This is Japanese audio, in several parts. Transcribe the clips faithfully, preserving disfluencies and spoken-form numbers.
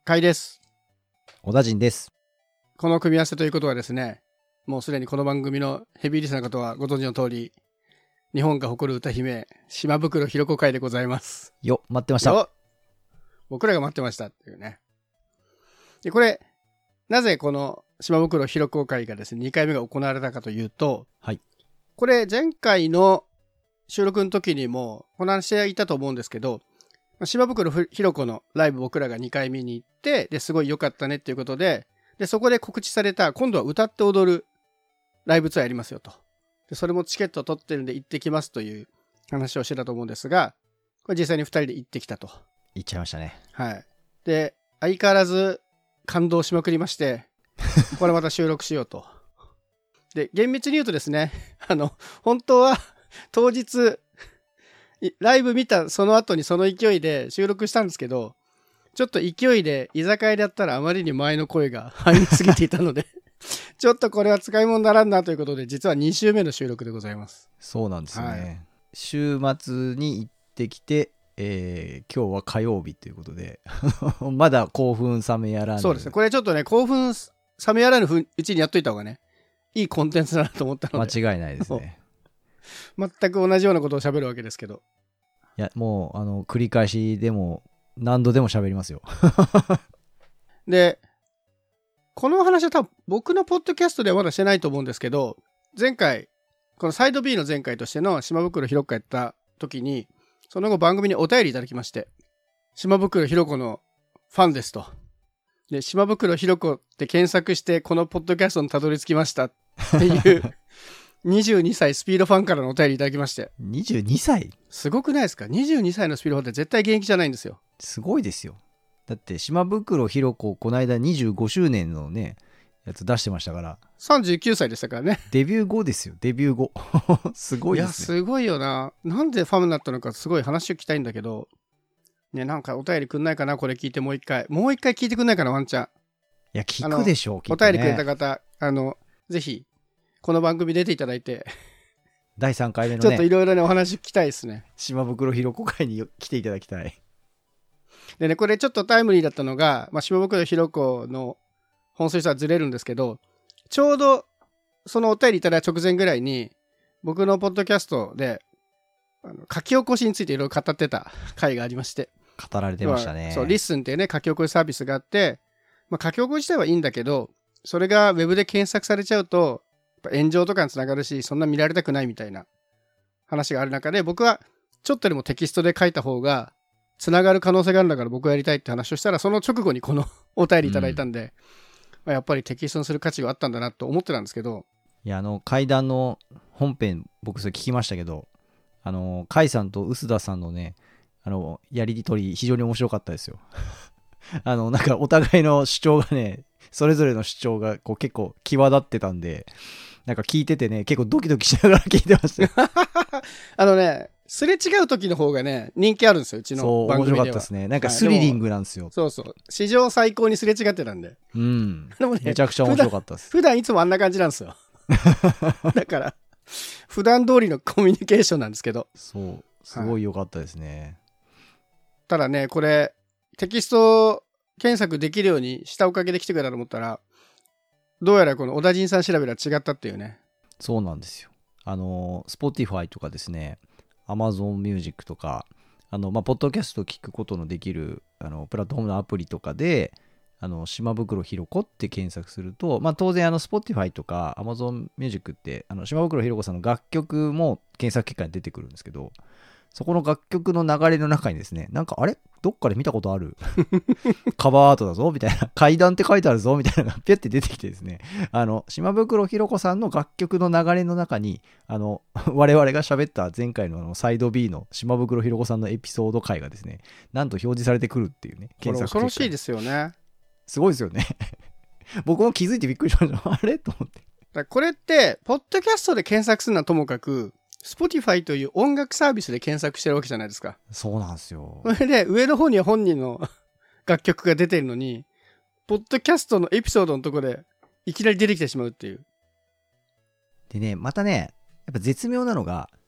甲斐です。 小田陣です。 この組み合わせということはですね、もうすでにこの番組のヘビーリスナーの方はご存知の通り、日本が誇る歌姫、島袋ひろ子会でございます。 よ、待ってました。 よ、僕らが待ってましたっていうね。で、これ、なぜこの島袋ひろ子会がですね、にかいめが行われたかというと、 はい。 これ前回の収録の時にもお話していたと思うんですけど、島袋ひろ子のライブ僕らがにかいめに行って、で、すごい良かったねっていうことで、で、そこで告知された、今度は歌って踊るライブツアーやりますよと。で、それもチケット取ってるんで行ってきますという話をしてたと思うんですが、これ実際にふたりで行ってきたと。 行っちゃいましたね。 はい。で、相変わらず感動しまくりまして、これまた収録しようと。で、厳密に言うとですね、あの、本当は当日、ライブ見たその後にその勢いで収録したんですけど、ちょっと勢いで居酒屋でやったらあまりに前の声が入りすぎていたのでちょっとこれは使い物にならんなということで、実はに週目の収録でございます。 そうなんですね、はい、週末に行ってきて、えー、今日は火曜日ということでまだ興奮冷めやらぬ。 そうですね、これちょっとね、興奮冷めやらぬうちにやっといた方がね、いいコンテンツだなと思ったので間違いないですね全く同じようなことを喋るわけですけど、 いやもうあの繰り返しでも何度でも喋りますよで、この話は多分僕のポッドキャストではまだしてないと思うんですけど、前回このサイド B の前回としての島袋ひろ子やった時に、その後番組にお便りいただきまして、島袋ひろ子のファンですと、で島袋ひろ子って検索してこのポッドキャストにたどり着きましたっていうにじゅうにさいスピードファンからのお便りいただきまして。 にじゅうにさいすごくないですか？にじゅうにさいのスピードファンって絶対現役じゃないんですよ。 すごいですよ。だって島袋ひろ子この間にじゅうごしゅうねんのねやつ出してましたから、 さんじゅうきゅうさいでしたからね。 デビュー後ですよ、デビュー後すごいですね。 いやすごいよな。なんでファンになったのかすごい話を聞きたいんだけどね、なんかお便りくんないかな、これ聞いてもう一回もう一回聞いてくんないかな、ワンチャン。 いや聞くでしょう、きっとね。 お便りくれた方、あのぜひこの番組出ていただいてだいさんかいめのね、 ちょっといろいろねお話聞きたいですね。 島袋ひろ子会に来ていただきたい。 でね、これちょっとタイムリーだったのが、まあ、島袋ひろ子の本筋とはずれるんですけど、ちょうどそのお便りいただいた直前ぐらいに僕のポッドキャストであの書き起こしについていろいろ語ってた回がありまして。 語られてましたね。 そう、リッスンっていうね書き起こしサービスがあって、まあ、書き起こし自体はいいんだけど、それがウェブで検索されちゃうとやっぱ炎上とかにつながるし、そんな見られたくないみたいな話がある中で、僕はちょっとでもテキストで書いた方がつながる可能性があるんだから僕はやりたいって話をしたら、その直後にこのお便りいただいたんで、うん、まあ、やっぱりテキストにする価値があったんだなと思ってたんですけど。 いや、あの怪談の本編僕それ聞きましたけど、あの甲斐さんと臼田さんのね、あのやり取り非常に面白かったですよあのなんかお互いの主張がね、それぞれの主張がこう結構際立ってたんで、なんか聞いててね、結構ドキドキしながら聞いてましたよあのね、すれ違う時の方がね人気あるんですよ、うちの番組では。そう、面白かったですね。なんかスリリングなんですよ、はい、 そうそう、史上最高にすれ違ってたんで、 うん、 でもね、 めちゃくちゃ面白かったです。 普段、普段いつもあんな感じなんですよだから普段通りのコミュニケーションなんですけど、 そうすごい良かったですね、はい、 ただね、これテキスト検索できるようにしたおかげで来てくれたと思ったら、どうやらこの小田陣さん調べたら違ったっていうね。 そうなんですよ。あの Spotify とかですね、 Amazon Music とか、あのまあポッドキャストを聞くことのできるあのプラットフォームのアプリとかで、あの島袋ひろ子って検索すると、まあ、当然あの Spotify とか Amazon Music ってあの島袋ひろ子さんの楽曲も検索結果に出てくるんですけど、そこの楽曲の流れの中にですね、なんかあれどっかで見たことあるカバーアートだぞみたいな、階段って書いてあるぞみたいなのがピュッて出てきてですね、あの島袋ひろ子さんの楽曲の流れの中に、あの我々が喋った前回のあのサイド B の島袋ひろ子さんのエピソード回がですね、なんと表示されてくるっていうね、検索結果。 これ恐ろしいですよね。 すごいですよね僕も気づいてびっくりしました。あれと思って。 だこれってポッドキャストで検索するのはともかく、Spotify という音楽サービスで検索してるわけじゃないですか。 そうなんですよ。 それで上の方には本人の楽曲が出てるのに、ポッドキャストのエピソードのとこでいきなり出てきてしまうっていう。 でね、またね、やっぱ絶妙なのが、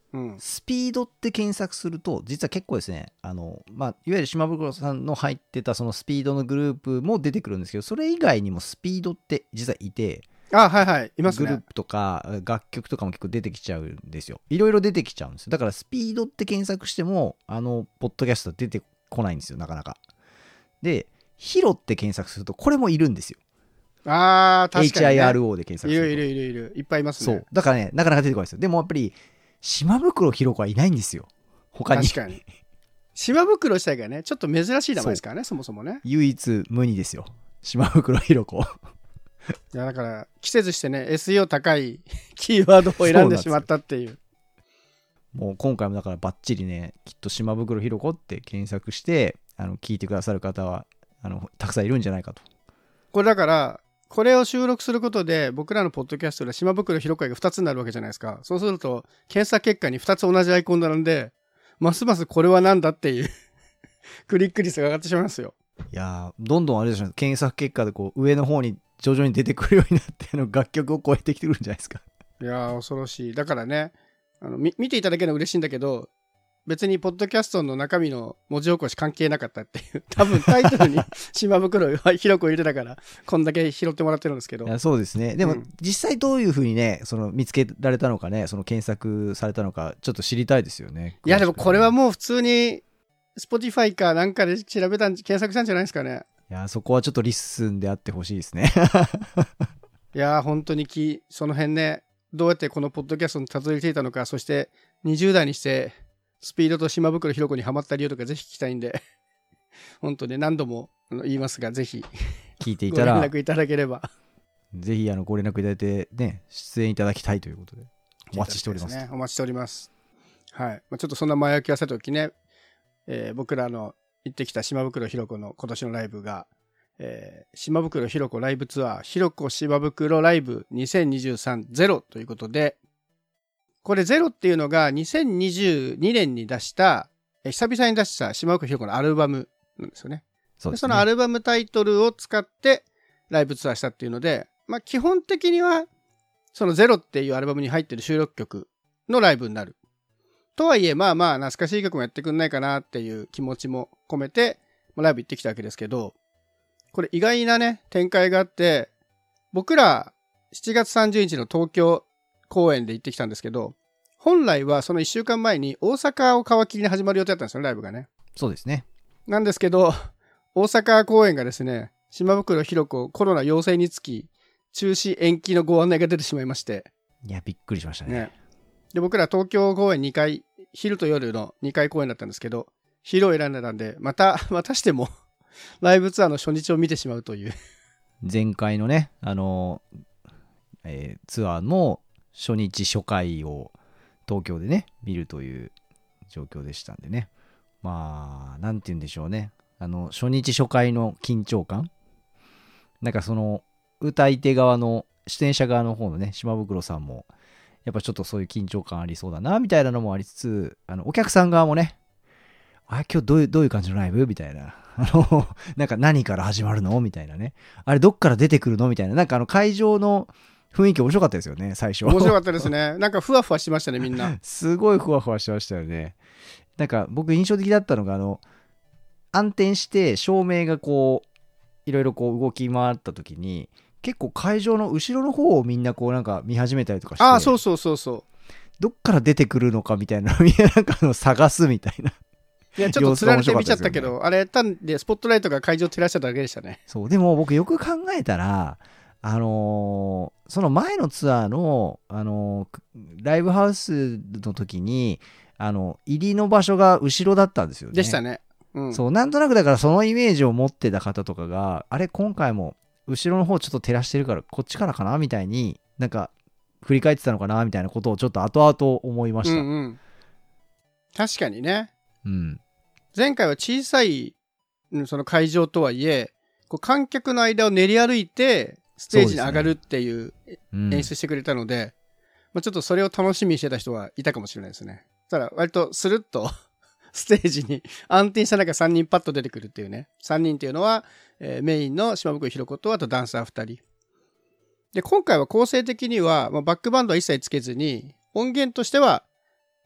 うん、 スピードって検索すると実は結構ですね、あの、まあ、いわゆる島袋さんの入ってたそのスピードのグループも出てくるんですけど、それ以外にもスピードって実はいて、 あ、はいはい、いますね。 グループとか楽曲とかも結構出てきちゃうんですよ。いろいろ出てきちゃうんですよ。だからスピードって検索してもあのポッドキャスト出てこないんですよ、なかなか。でヒロって検索するとこれもいるんですよ。 あー、確かに、ね、エイチアイアールオー で検索するといるいるいるいるいっぱいいますね。 そうだからね、なかなか出てこないですよ。でもやっぱり島袋ひろ子はいないんですよ、他に。 確かに島袋自体がねちょっと珍しい名前ですからね、そもそもね。 唯一無二ですよ、島袋ひろ子。 いやだから季節してね エスイーオー 高いキーワードを選んでしまったっていう。 もう今回もだからバッチリね、きっと島袋ひろ子って検索してあの聞いてくださる方はあのたくさんいるんじゃないかと。 これだからこれを収録することで僕らのポッドキャストで島袋ひろ子がふたつになるわけじゃないですか。そうすると検索結果にふたつ同じアイコン並んで、ますますこれはなんだっていうクリック率が上がってしまいますよ。 いやー、どんどんあれでしょ、検索結果でこう上の方に徐々に出てくるようになっての楽曲を超えてきてくるんじゃないですか。 いやー恐ろしい。だからね、あの見見ていただけるのは嬉しいんだけど、別にポッドキャストの中身の文字起こし関係なかったっていう、多分タイトルに島袋ひろ子入れてたからこんだけ拾ってもらってるんですけど。 いやそうですね。でも、 うん、 実際どういうふうにねその見つけられたのかね、その検索されたのかちょっと知りたいですよね。 いやでもこれはもう普通に Spotify かなんかで調べたん検索したんじゃないですかね。 いやそこはちょっとリッスンであってほしいですね。 いや本当にきその辺ね、どうやってこのポッドキャストにたどり着いたのか、そしてにじゅう代にしてスピードと島袋ひろ子にハマった理由とかぜひ聞きたいんで本当に何度も言いますが、ぜひ聞いていたらご連絡いただければぜひあのご連絡いただいてね、出演いただきたいということでお待ちしております。 ね、お待ちしております。はい。まあ、ちょっとそんな前置きはさておきね、えー、僕らの行ってきた島袋ひろ子の今年のライブが、えー、島袋ひろ子ライブツアーひろ子島袋ライブにせんにじゅうさんゼロということで、これゼロっていうのがにせんにじゅうにねんに出した、えー、久々に出した島袋ひろ子のアルバムなんですよね。 そうですね。 でそのアルバムタイトルを使ってライブツアーしたっていうので、まあ基本的にはそのゼロっていうアルバムに入ってる収録曲のライブになる。とはいえ、まあまあ懐かしい曲もやってくんないかなっていう気持ちも込めてライブ行ってきたわけですけど、これ意外なね展開があって、僕らしちがつさんじゅうにちの東京公演で行ってきたんですけど、本来はそのいっしゅうかんまえに大阪を皮切りに始まる予定だったんですよね、ライブがね。 そうですね。 なんですけど大阪公演がですね、島袋ひろ子コロナ陽性につき中止延期のご案内が出てしまいまして、 いやびっくりしましたね。 ねで僕ら東京公演にかい、昼と夜のにかい公演だったんですけど、昼を選んでたんで、またまたしてもライブツアーの初日を見てしまうという前回のねあの、えー、ツアーの初日初回を東京でね見るという状況でしたんでね、まあなんて言うんでしょうね、あの初日初回の緊張感、なんかその歌い手側の出演者側の方のね島袋さんもやっぱちょっとそういう緊張感ありそうだなみたいなのもありつつ、あのお客さん側もね、あ今日どういうどういう感じのライブみたいな、あのなんか何から始まるのみたいなね、あれどっから出てくるのみたいな、なんかあの会場の雰囲気面白かったですよね最初。 面白かったですね。なんかふわふわしましたねみんな。 すごいふわふわしてましたよね。なんか僕印象的だったのが、あの暗転して照明がこういろいろこう動き回った時に結構会場の後ろの方をみんなこうなんか見始めたりとかして、 ああそうそうそうそう、 どっから出てくるのかみたいなのをみんななんかあの探すみたいな。 いやちょっとつられて見ちゃったけど、あれ単でスポットライトが会場照らしただけでしたね。 そうでも僕よく考えたら、あのー、その前のツアーの、あのー、ライブハウスの時にあの入りの場所が後ろだったんですよね。 でしたね、うん、 そうなんとなくだからそのイメージを持ってた方とかが、あれ今回も後ろの方ちょっと照らしてるからこっちからかなみたいになんか振り返ってたのかなみたいなことをちょっと後々思いました。 うんうん、確かにね、 うん、 前回は小さいその会場とはいえこう観客の間を練り歩いてステージに上がるっていう演出してくれたので、うんまあ、ちょっとそれを楽しみにしてた人はいたかもしれないですね。ただ割とスルッとステージに安定した中さんにんパッと出てくるっていうね。さんにんっていうのは、えー、メインの島袋ひろ子とあとダンサーふたりで、今回は構成的には、まあ、バックバンドは一切つけずに音源としては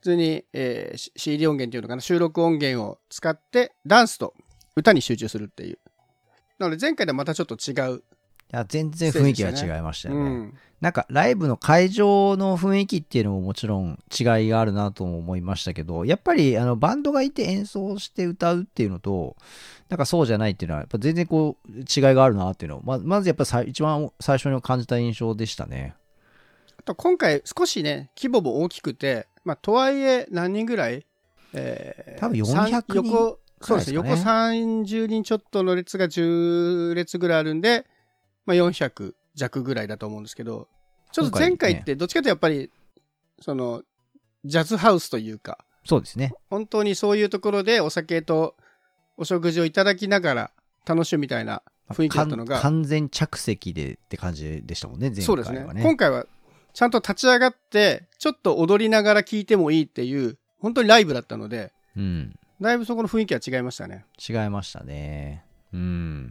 普通に、えー、シーディー 音源っていうのかな、収録音源を使ってダンスと歌に集中するっていう。なので前回とはまたちょっと違う。 いや全然雰囲気が違いましたよね。 うん、 なんかライブの会場の雰囲気っていうのももちろん違いがあるなとも思いましたけど、やっぱりあのバンドがいて演奏して歌うっていうのと、なんかそうじゃないっていうのはやっぱ全然こう違いがあるなっていうのを ま, まずやっぱさ一番最初に感じた印象でしたね。 あと今回少しね規模も大きくて、まあ、とはいえ何人ぐらい、えー、 多分よんひゃくにん横そうですね、 横横さんじゅうにんちょっとの列がじゅう列ぐらいあるんで、まあ、よんひゃく弱ぐらいだと思うんですけど、ちょっと前回ってどっちかというとやっぱりそのジャズハウスというか、 そうですね、 本当にそういうところでお酒とお食事をいただきながら楽しむみたいな雰囲気だったのが、 完全着席でって感じでしたもんね、前回はね。 そうですね。今回はちゃんと立ち上がってちょっと踊りながら聴いてもいいっていう本当にライブだったので、 うん、 だいぶそこの雰囲気は違いましたね。 違いましたね。うん。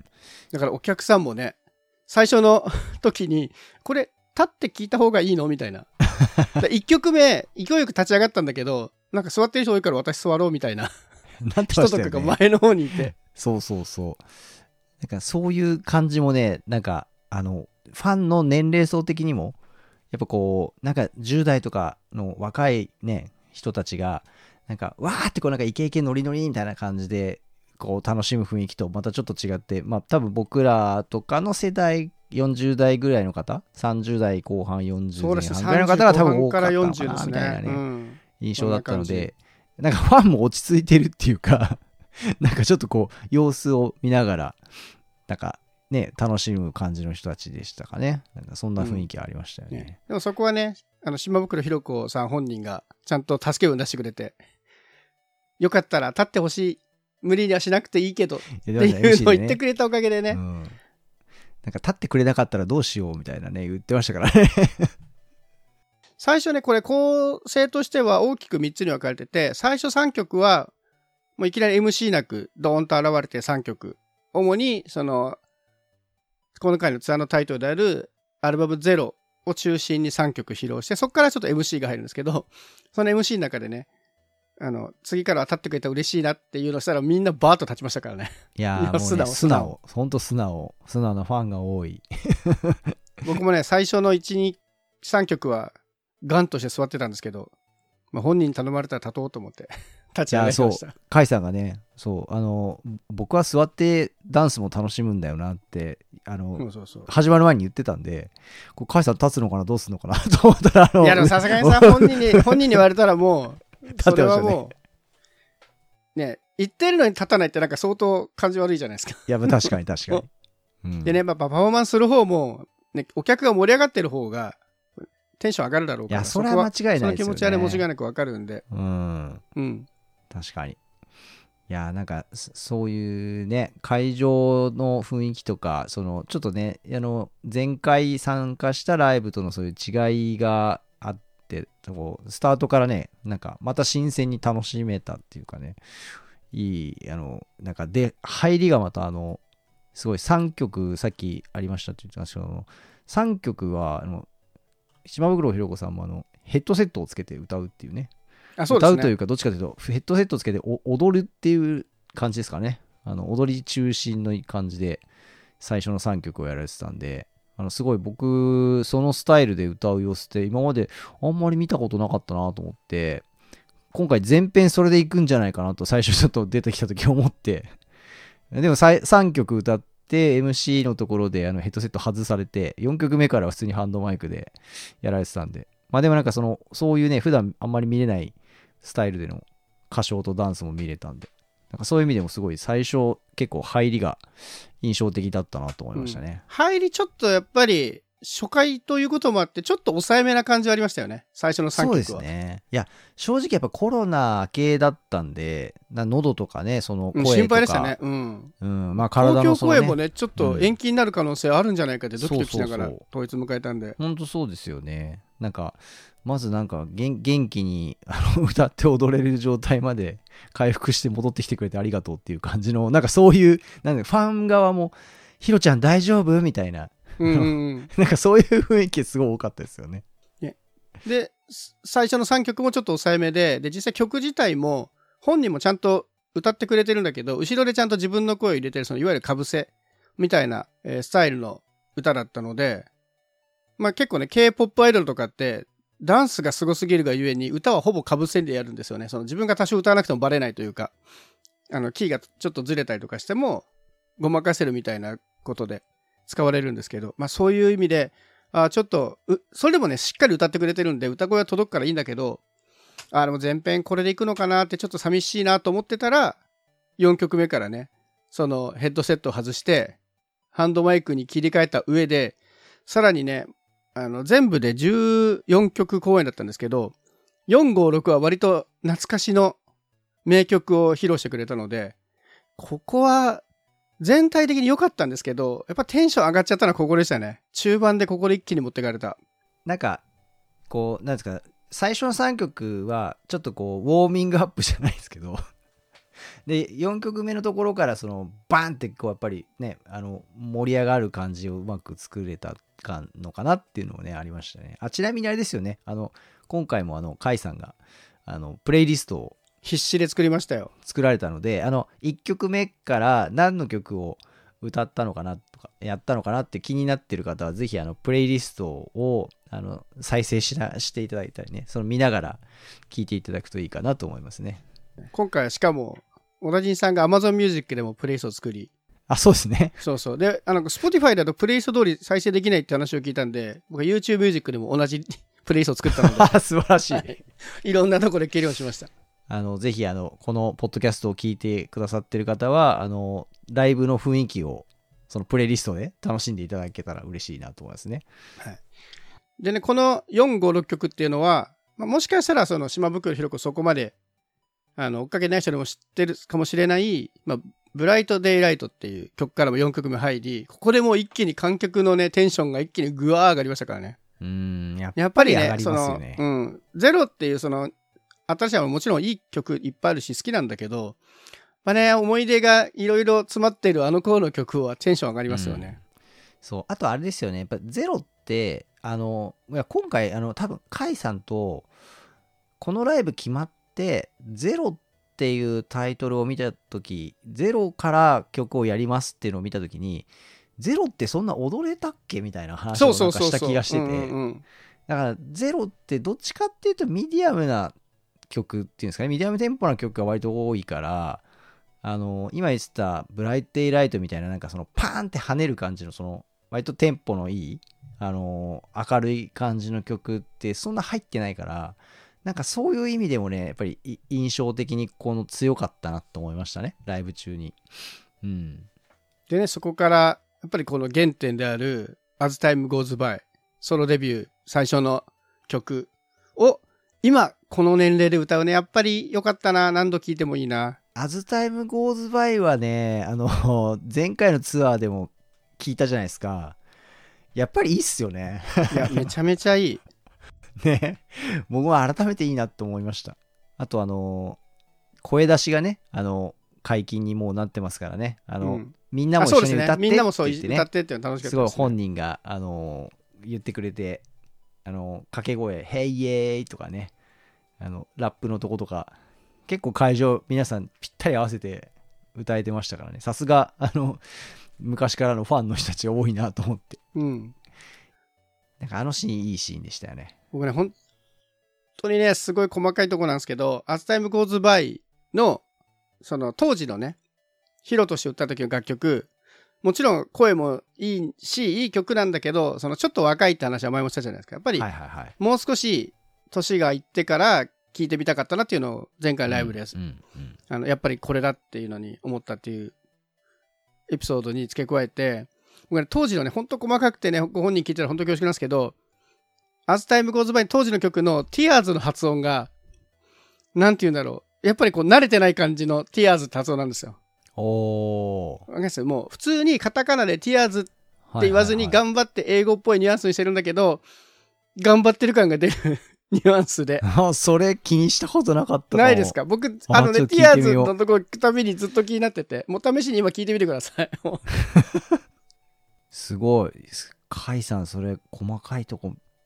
だからお客さんもね、最初の時にこれ立って聞いた方がいいのみたいな。いっきょくめ勢いよく立ち上がったんだけど、なんか座ってる人多いから私座ろうみたいななってましたよね。 人とかが前の方にいて。 そうそうそう。なんかそういう感じもね、なんかあのファンの年齢層的にもやっぱこうなんかじゅう代とかの若いね人たちがなんかわーってこうなんかイケイケノリノリみたいな感じでこう楽しむ雰囲気とまたちょっと違って、まあ多分僕らとかの世代よんじゅう代ぐらいの方、さんじゅう代後半よんじゅう代ぐらいの方が多分多かったのかなみたいなね、うん、印象だったので、なんかファンも落ち着いてるっていうかなんかちょっとこう様子を見ながらなんかね楽しむ感じの人たちでしたかね。なんかそんな雰囲気ありましたよね。うんね、 でもそこはね、あの島袋ひろ子さん本人がちゃんと助けを出してくれて、よかったら立ってほしい、無理にはしなくていいけどっていうのを言ってくれたおかげでね、うん、 なんか立ってくれなかったらどうしようみたいなね言ってましたからね最初ねこれ構成としては大きくみっつに分かれてて、最初さんきょくはもういきなり エムシー なくドーンと現れてさんきょく、主にそのこの回のツアーのタイトルであるアルバムゼロを中心にさんきょく披露して、そこからちょっと エムシー が入るんですけど、その エムシー の中でね、あの次からは立ってくれたら嬉しいなっていうのをしたらみんなバーッと立ちましたからね。 いやーもうね素直素直ほんと素直素直なファンが多い僕もね最初のいち、に、さんきょくはガンとして座ってたんですけど、まあ、本人に頼まれたら立とうと思って立ち上がりました。 そう甲斐さんがね、そうあの僕は座ってダンスも楽しむんだよなってあのそうそうそう始まる前に言ってたんで、こう甲斐さん立つのかなどうするのかなと思ったらあのいやでもさすがにさ本人に本人に言われたらもうそれはもうね言ってるのに立たないってなんか相当感じ悪いじゃないですか。 いや確かに確かに、 うん、でね、まあ、パフォーマンスする方も、ね、お客が盛り上がってる方がテンション上がるだろうから、 いやそれは間違いないですよね。 その気持ちはね間違いなく分かるんで、 うん、 うん、 確かに。いやなんかそういうね会場の雰囲気とか、そのちょっとねあの前回参加したライブとのそういう違いがあって、こうスタートからねなんかまた新鮮に楽しめたっていうかね、いいあのなんかで入りがまたあのすごいさんきょくさっきありましたって言ってましたけど、さんきょくはあの島袋ひろ子さんもあのヘッドセットをつけて歌うっていうね。 あ、そうですね、 歌うというかどっちかというとヘッドセットつけて踊るっていう感じですかね。あの踊り中心の感じで最初のさんきょくをやられてたんで、あのすごい僕そのスタイルで歌う様子って今まであんまり見たことなかったなと思って、今回全編それでいくんじゃないかなと最初ちょっと出てきた時思って、でもさんきょく歌ってで エムシー のところであのヘッドセット外されて、よんきょくめからは普通にハンドマイクでやられてたんで、まあでもなんかそのそういうね普段あんまり見れないスタイルでの歌唱とダンスも見れたんで、なんかそういう意味でもすごい最初結構入りが印象的だったなと思いましたね、うん、 入りちょっとやっぱり初回ということもあってちょっと抑えめな感じはありましたよね、最初のさんきょくは。 そうですね。いや正直やっぱコロナ系だったんで、喉とかねその声とか、うん、 心配でしたね。うん、 うん、まあ体のその、ね、 東京公演もねちょっと延期になる可能性あるんじゃないかってドキドキしながら当日迎えたんで、 本当そうですよね。なんかまずなんか元気にあの歌って踊れる状態まで回復して戻ってきてくれてありがとうっていう感じの、なんかそういうなんかファン側もひろちゃん大丈夫みたいな、うんうん、なんかそういう雰囲気すごい多かったですよね。 で最初のさんきょくもちょっと抑えめで、で、実際曲自体も本人もちゃんと歌ってくれてるんだけど、後ろでちゃんと自分の声を入れてる、そのいわゆるかぶせみたいな、えースタイルの歌だったので、まあ結構ね、K-ポップ アイドルとかって、ダンスがすごすぎるがゆえに、歌はほぼかぶせでやるんですよね。その自分が多少歌わなくてもバレないというか、あの、キーがちょっとずれたりとかしても、ごまかせるみたいなことで使われるんですけど、まあそういう意味で、あちょっと、それでもね、しっかり歌ってくれてるんで、歌声は届くからいいんだけど、あでも前編これでいくのかなってちょっと寂しいなと思ってたら、よんきょくめからね、そのヘッドセットを外して、ハンドマイクに切り替えた上で、さらにね、あの、全部でじゅうよんきょく公演だったんですけど、よん、ご、ろくは割と懐かしの名曲を披露してくれたので、ここは全体的に良かったんですけど、やっぱテンション上がっちゃったのはここでしたね。中盤でここで一気に持ってかれた。 なんかこうなんですか、最初のさんきょくはちょっとこうウォーミングアップじゃないですけどでよんきょくめのところからそのバンってこうやっぱりね、あの盛り上がる感じをうまく作れたかのかなっていうのもねありましたね。あ、ちなみにあれですよね、あの今回もあのカイさんがあのプレイリストを必死で作りましたよ。 作られたので、あのいっきょくめから何の曲を歌ったのかなとかやったのかなって気になってる方はぜひあのプレイリストをあの再生しなしていただいたりね、その見ながら聴いていただくといいかなと思いますね。 今回はしかも小田陣さんが Amazon Music でもプレイリストを作り、 あ、そうですね。 そうそう。で、あの Spotify だとプレイリスト通り再生できないって話を聞いたんで、僕は YouTube Music でも同じプレイリストを作ったので素晴らしい、はい、 いろんなところで計量しました。 あのぜひあのこのポッドキャストを聞いてくださってる方はあのライブの雰囲気をそのプレイリストで楽しんでいただけたら嬉しいなと思いますね。 はい、でね、このよん、ご、ろっきょくっていうのは、まあ、もしかしたらその島袋ひろ子そこまであの追っかけない人でも知ってるかもしれない、まあ、ブライトデイライトっていう曲からもよんきょくめ入り、ここでもう一気に観客のねテンションが一気にグワー上がりましたからね。 うーん、ややっぱりね、 上がりますよね。 その、うん、ゼロっていうその新しいのはもちろんいい曲いっぱいあるし好きなんだけど、まあね、思い出がいろいろ詰まっているあの頃の曲はテンション上がりますよね。 うん、そうあとあれですよね、やっぱゼロってあのいや今回あの多分カイさんとこのライブ決まってゼロっていうタイトルを見た時、ゼロから曲をやりますっていうのを見た時に、ゼロってそんな踊れたっけみたいな話をなんかした気がしてて、だからゼロってどっちかっていうとミディアムな曲っていうんですかね、ミディアムテンポな曲が割と多いから、あの今言ってたブライトデイライトみたいななんかそのパーンって跳ねる感じのその割とテンポのいいあの明るい感じの曲ってそんな入ってないから、なんかそういう意味でもねやっぱり印象的にこの強かったなと思いましたね、ライブ中に。うん。 でね、そこからやっぱりこの原点である As Time Goes By ソロデビュー最初の曲を今この年齢で歌うね、やっぱり良かったな、何度聴いてもいいな。 As Time Goes By はね、あの前回のツアーでも聞いたじゃないですか。やっぱりいいっすよね。 いやめちゃめちゃいいね、僕は改めていいなと思いました。あとあの声出しがね、あの解禁にもうなってますからね、あの、うん、みんなも一緒に歌ってって言ってね、 みんなもそう歌ってっていうの楽しかったですね。 すごい本人があの言ってくれて、あの掛け声「ヘイイエーイ」とかね、あのラップのとことか結構会場皆さんぴったり合わせて歌えてましたからね。さすがあの昔からのファンの人たちが多いなと思って、 うん、 なんかあのシーンいいシーンでしたよね。 僕ね本当にねすごい細かいところなんですけど、 As Time Goes By のその当時のねヒロとして歌った時の楽曲、もちろん声もいいしいい曲なんだけど、そのちょっと若いって話は前もしたじゃないですか。やっぱりもう少し年がいってから聴いてみたかったなっていうのを前回ライブです、うんうんうん、あのやっぱりこれだっていうのに思ったっていうエピソードに付け加えて、僕ね当時のねほんと細かくてね、ご本人聞いたら本当恐縮なんですけど、As Time Goes By 当時の曲の Tears の発音がなんていうんだろう、やっぱりこう慣れてない感じの Tears って発音なんですよ。 おー、 わかります？もう普通にカタカナで Tears って言わずに頑張って英語っぽいニュアンスにしてるんだけど、はいはいはい、頑張ってる感が出るニュアンスで。 あ、それ気にしたことなかったかも。 ないですか？僕あのね Tears のとこ行くたびにずっと気になってて、もう試しに今聞いてみてください。すごいカイさん、それ細かいとこ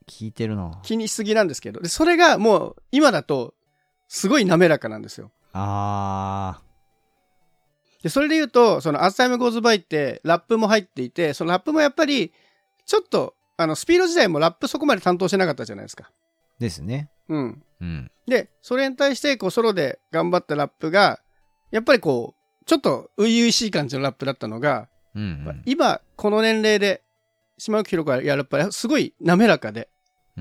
聞いてるな。 気にしすぎなんですけど、でそれがもう今だとすごい滑らかなんですよ。 あーでそれで言うと、その As Time Goes By ってラップも入っていて、そのラップもやっぱりちょっとあのスピード時代もラップそこまで担当してなかったじゃないですか。 ですね。 うん。 うん。 でそれに対してこうソロで頑張ったラップがやっぱりこうちょっと初々しい感じのラップだったのが、 うんうん、 今この年齢で島内宏子がやるラップはすごい滑らかで、 うん、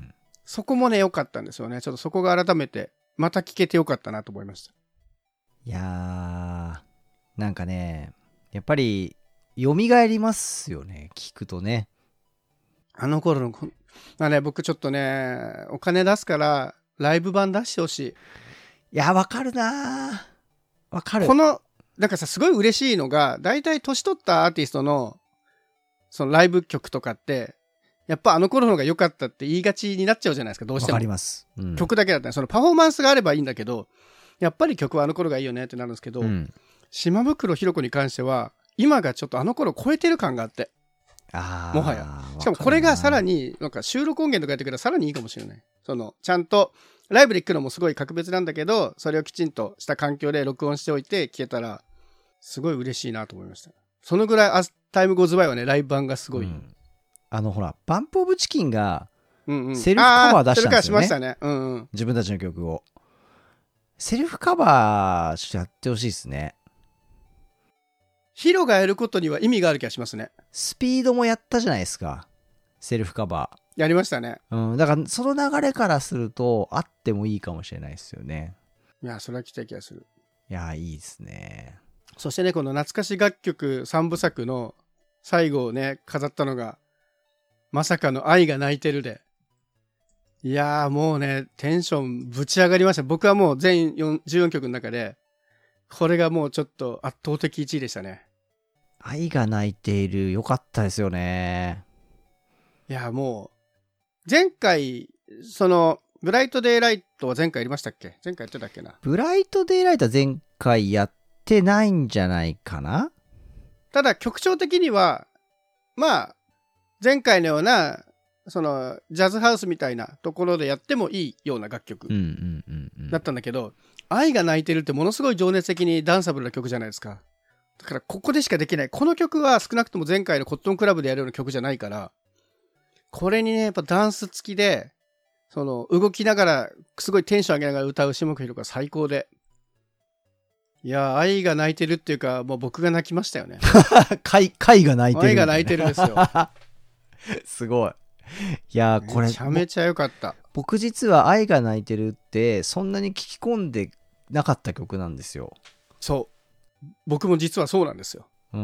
そこもね良かったんですよね。ちょっとそこが改めてまた聞けて良かったなと思いました。 いやーなんかねやっぱり蘇りますよね、聞くとね。 あの頃のこ、まあね、僕ちょっとねお金出すからライブ版出してほしい。 いやわかるなわかる。 このなんかさすごい嬉しいのが、だいたい年取ったアーティストのそのライブ曲とかってやっぱあの頃の方が良かったって言いがちになっちゃうじゃないですか。どうしてもわかります、うん、 曲だけだったらそのパフォーマンスがあればいいんだけど、やっぱり曲はあの頃がいいよねってなるんですけど、うん、島袋ひろ子に関しては今がちょっとあの頃超えてる感があって、 あもはやしかもこれがさらになんか収録音源とかやってくれたらさらにいいかもしれない。そのちゃんとライブで聴くのもすごい格別なんだけど、それをきちんとした環境で録音しておいて聴けたらすごい嬉しいなと思いました。そのぐらい As Time Goes By はねライブ版がすごい、うん、 あのほらバンプオブチキンがセルフカバー出したんですよね、うんうん、セルフカバーしましたね、うんうん、自分たちの曲をセルフカバーやってほしいですね。 ヒロがやることには意味がある気がしますね。 スピードもやったじゃないですか、セルフカバーやりましたね、 うん、だからその流れからするとあってもいいかもしれないですよね。 いやそれは期待気がする。 いやいいですね。 そしてねこの懐かし楽曲さんぶさくの最後をね飾ったのがまさかの愛が泣いてるで、いやーもうねテンションぶち上がりました。僕はもう全じゅうよんきょくの中でこれがもうちょっと圧倒的いちいでしたね。 愛が泣いている良かったですよね。 いやもう前回そのブライトデイライトは前回やりましたっけ。前回やってたっけな。 ブライトデイライトは前回やってないんじゃないかな。 ただ曲調的にはまあ前回のようなそのジャズハウスみたいなところでやってもいいような楽曲だったんだけど、うんうんうんうん、愛が泣いてるってものすごい情熱的にダンサブルな曲じゃないですか。だからここでしかできない。この曲は少なくとも前回のコットンクラブでやるような曲じゃないから、これにねやっぱダンス付きでその動きながらすごいテンション上げながら歌う島内宏子が最高で、いや愛が泣いてるっていうかもう僕が泣きましたよね。 貝が泣いてる、ね、 愛が泣いてるですよ。 すごい。いやこれめちゃめちゃ良かった。 僕実は愛が泣いてるってそんなに聞き込んでなかった曲なんですよ。 そう僕も実はそうなんですよ、 うん、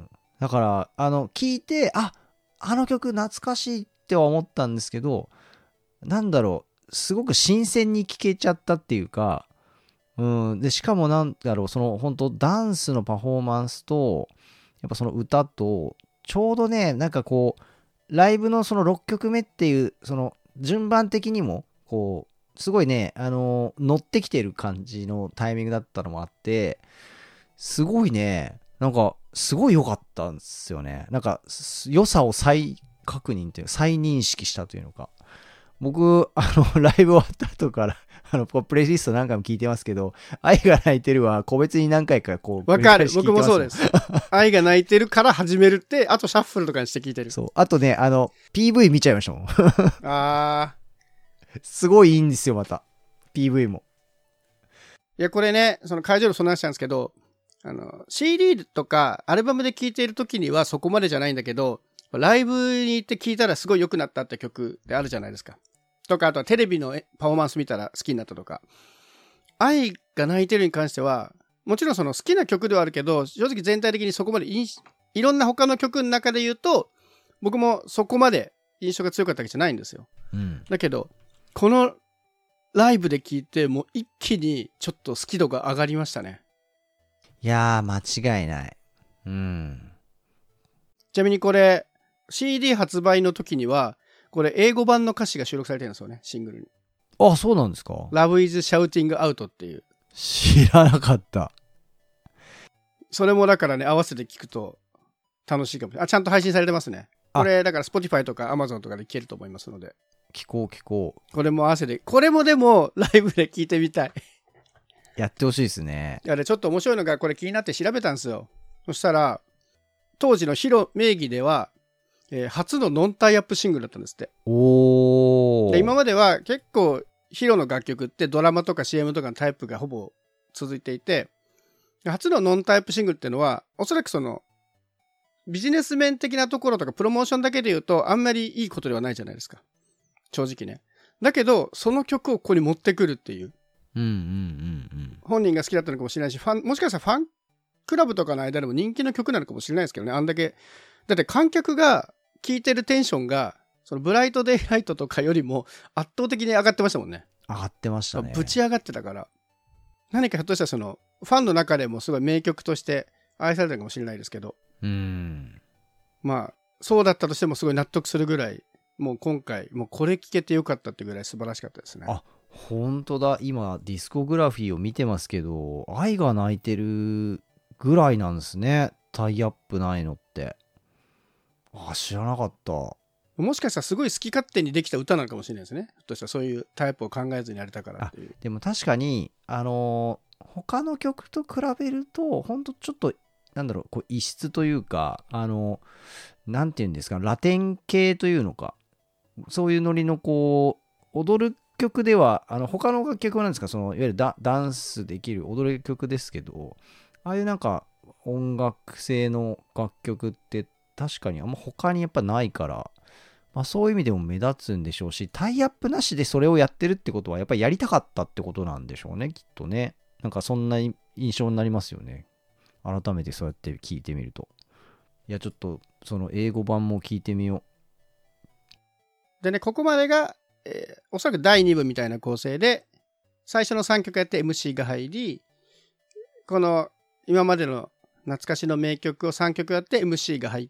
だからあの聞いてああの曲懐かしいっては思ったんですけど、なんだろうすごく新鮮に聴けちゃったっていうか、うん、でしかもなんだろうその本当ダンスのパフォーマンスとやっぱその歌とちょうどねなんかこうライブのそのろっきょくめっていうその順番的にもこうすごいねあの乗ってきてる感じのタイミングだったのもあってすごいねなんかすごい良かったんですよね。なんか良さを再確認というか再認識したというのか、僕あのライブ終わった後からあのプレイリスト何回も聞いてますけど、愛が泣いてるは個別に何回かこうわかる。僕もそうです。愛が泣いてるから始めるってあとシャッフルとかにして聞いてる。 そうあとねあの ピーブイ 見ちゃいましたもん。 あーすごいいいんですよまた ピーブイ も。 いやこれねその会場でその話したんですけど、あの シーディー とかアルバムで聴いている時にはそこまでじゃないんだけど、ライブに行って聴いたらすごい良くなったって曲であるじゃないですか。とかあとはテレビのパフォーマンス見たら好きになったとか。愛が泣いてるに関してはもちろんその好きな曲ではあるけど、正直全体的にそこまでいろんな他の曲の中で言うと僕もそこまで印象が強かったわけじゃないんですよ、うん、だけどこのライブで聴いてもう一気にちょっと好き度が上がりましたね。 いやー間違いない、うん、 ちなみにこれ シーディー 発売の時にはこれ英語版の歌詞が収録されてるんですよね、シングルに。 あ、そうなんですか。 Love is shouting out っていう。 知らなかった。 それもだからね合わせて聞くと楽しいかもしれない。あ、ちゃんと配信されてますね。 これだから Spotify とか Amazon とかで聴けると思いますので、 聞こう聞こう。 これも合わせて、これもでもライブで聴いてみたい。 やってほしいですね。 いやでちょっと面白いのが、これ気になって調べたんですよ。そしたら当時のヒロ名義では、えー初のノンタイアップシングルだったんですって。 おー。 で今までは結構ヒロの楽曲ってドラマとか シーエム とかのタイプがほぼ続いていて、初のノンタイプシングルっていうのはおそらくそのビジネス面的なところとかプロモーションだけで言うとあんまりいいことではないじゃないですか、正直ね。だけどその曲をここに持ってくるっていう、 うんうんうんうん。 本人が好きだったのかもしれないし、ファンもしかしたらファンクラブとかの間でも人気の曲なのかもしれないですけどね。あんだけだって観客が聴いてるテンションがそのブライトデイライトとかよりも圧倒的に上がってましたもんね。 上がってましたね。 ぶち上がってたから、何かひょっとしたらそのファンの中でもすごい名曲として愛されたかもしれないですけど、 うん。 まあそうだったとしてもすごい納得するぐらい、もう今回もうこれ聴けてよかったってぐらい素晴らしかったですね。 あ、本当だ。今ディスコグラフィーを見てますけど、愛が泣いてるぐらいなんですね。タイアップないのって。あ、知らなかった。 もしかしたらすごい好き勝手にできた歌なのかもしれないですね。ひょっとしたらそういうタイプを考えずにやれたからっていう。 でも確かにあのー他の曲と比べると本当ちょっとなんだろう、こう異質というか、あのなんていうんですか、ラテン系というのか、そういうノリのこう踊る曲では、あの他の楽曲はなんですか、そのいわゆる ダ, ダンスできる踊る曲ですけど、ああいうなんか音楽性の楽曲って確かにあんま他にやっぱないから、まあ、そういう意味でも目立つんでしょうし、タイアップなしでそれをやってるってことはやっぱりやりたかったってことなんでしょうね、きっとね。なんかそんな印象になりますよね、改めてそうやって聞いてみると。いやちょっとその英語版も聞いてみよでね、ここまでが、えーおそらくだいにぶみたいな構成で、最初のさんきょくやって エムシー が入り、この今までの懐かしの名曲をさんきょくやって エムシー が入って、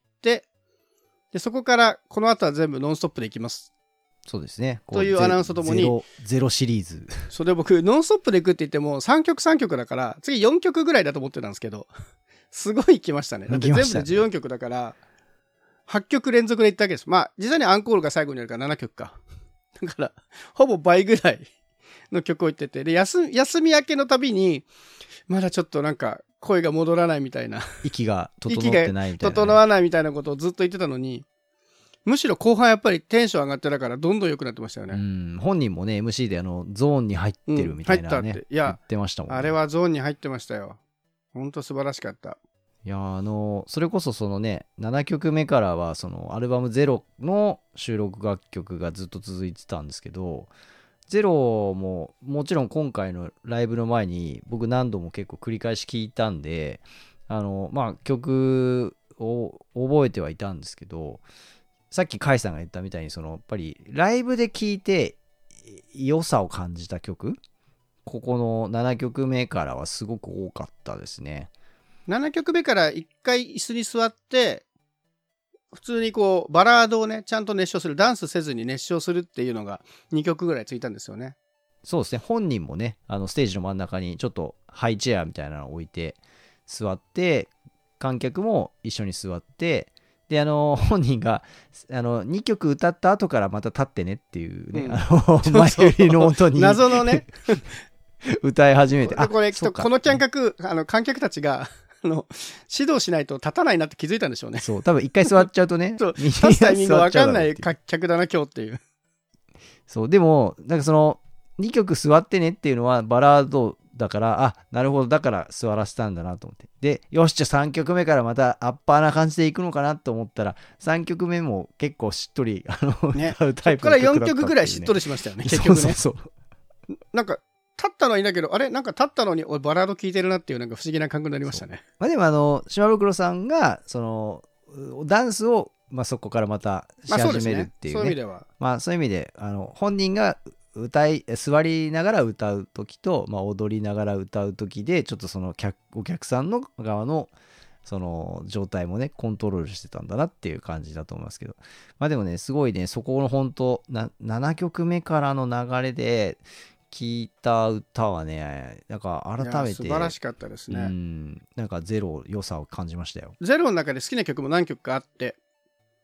でそこからこの後は全部ノンストップでいきます。 う。そうですね。 というアナウンスとともにゼロ、ゼロシリーズ。 それ僕ノンストップでいくって言ってもさんきょくさんきょくだから次よんきょくぐらいだと思ってたんですけど、すごい来ましたね。だって全部でじゅうよんきょくだからはっきょく連続でいったわけです。まあ実際にアンコールが最後にあるからななきょくか。だからほぼ倍ぐらいの曲を言ってて、で 休, 休み明けのたびにまだちょっとなんか声が戻らないみたいな、 息が整ってないみたいな、ね、 整わないみたいなことをずっと言ってたのに、むしろ後半やっぱりテンション上がってたからどんどん良くなってましたよね。 うん、本人もね エムシー であのゾーンに入ってるみたいなね、 うん、入ったっていや言ってましたもんね。 あれはゾーンに入ってましたよ。ほんと素晴らしかった。 いやあのそれこそそのねななきょくめからはそのアルバムゼロの収録楽曲がずっと続いてたんですけど、ゼロももちろん今回のライブの前に僕何度も結構繰り返し聴いたんで、あのまあ曲を覚えてはいたんですけど、さっき甲斐さんが言ったみたいにそのやっぱりライブで聴いて良さを感じた曲、ここのななきょくめからはすごく多かったですね。 ななきょくめからいっかい椅子に座って普通にこうバラードをねちゃんと熱唱する、ダンスせずに熱唱するっていうのがにきょくぐらいついたんですよね。 そうですね、本人もねあのステージの真ん中にちょっとハイチェアみたいなのを置いて座って、観客も一緒に座って、であの本人があのにきょく歌った後からまた立ってねっていうね、うん、あの前振りの音に謎のね歌い始めて、 あこれきっとこの観客、あの観客たちがあの指導しないと立たないなって気づいたんでしょうね。 そう多分一回座っちゃうとねそう立つタイミング分かんない客だな今日っていう。 そうでもなんかそのにきょく座ってねっていうのはバラードだから、あなるほどだから座らせたんだなと思って、でよしじゃあさんきょくめからまたアッパーな感じでいくのかなと思ったらさんきょくめも結構しっとりあの、ね、歌うタイプの曲だったっていうね。そっからよんきょくぐらいしっとりしましたよね結局ね。そうそうそうなんか立ったのはいいんだけど、あれなんか立ったのに俺バラード聴いてるなっていうなんか不思議な感覚になりましたね。 まあ、でもあの島袋さんがそのダンスを、まあ、そこからまたし始めるっていうね、まあ、そういう意味ではまあそういう意味であの本人が歌い座りながら歌う時と、まあ、踊りながら歌う時でちょっとその客お客さんの側のその状態もねコントロールしてたんだなっていう感じだと思いますけど、まあでもねすごいねそこの本当なななきょくめからの流れで聴いた歌はねなんか改めて素晴らしかったですね。 うんなんかゼロ良さを感じましたよ。 ゼロの中で好きな曲も何曲かあって、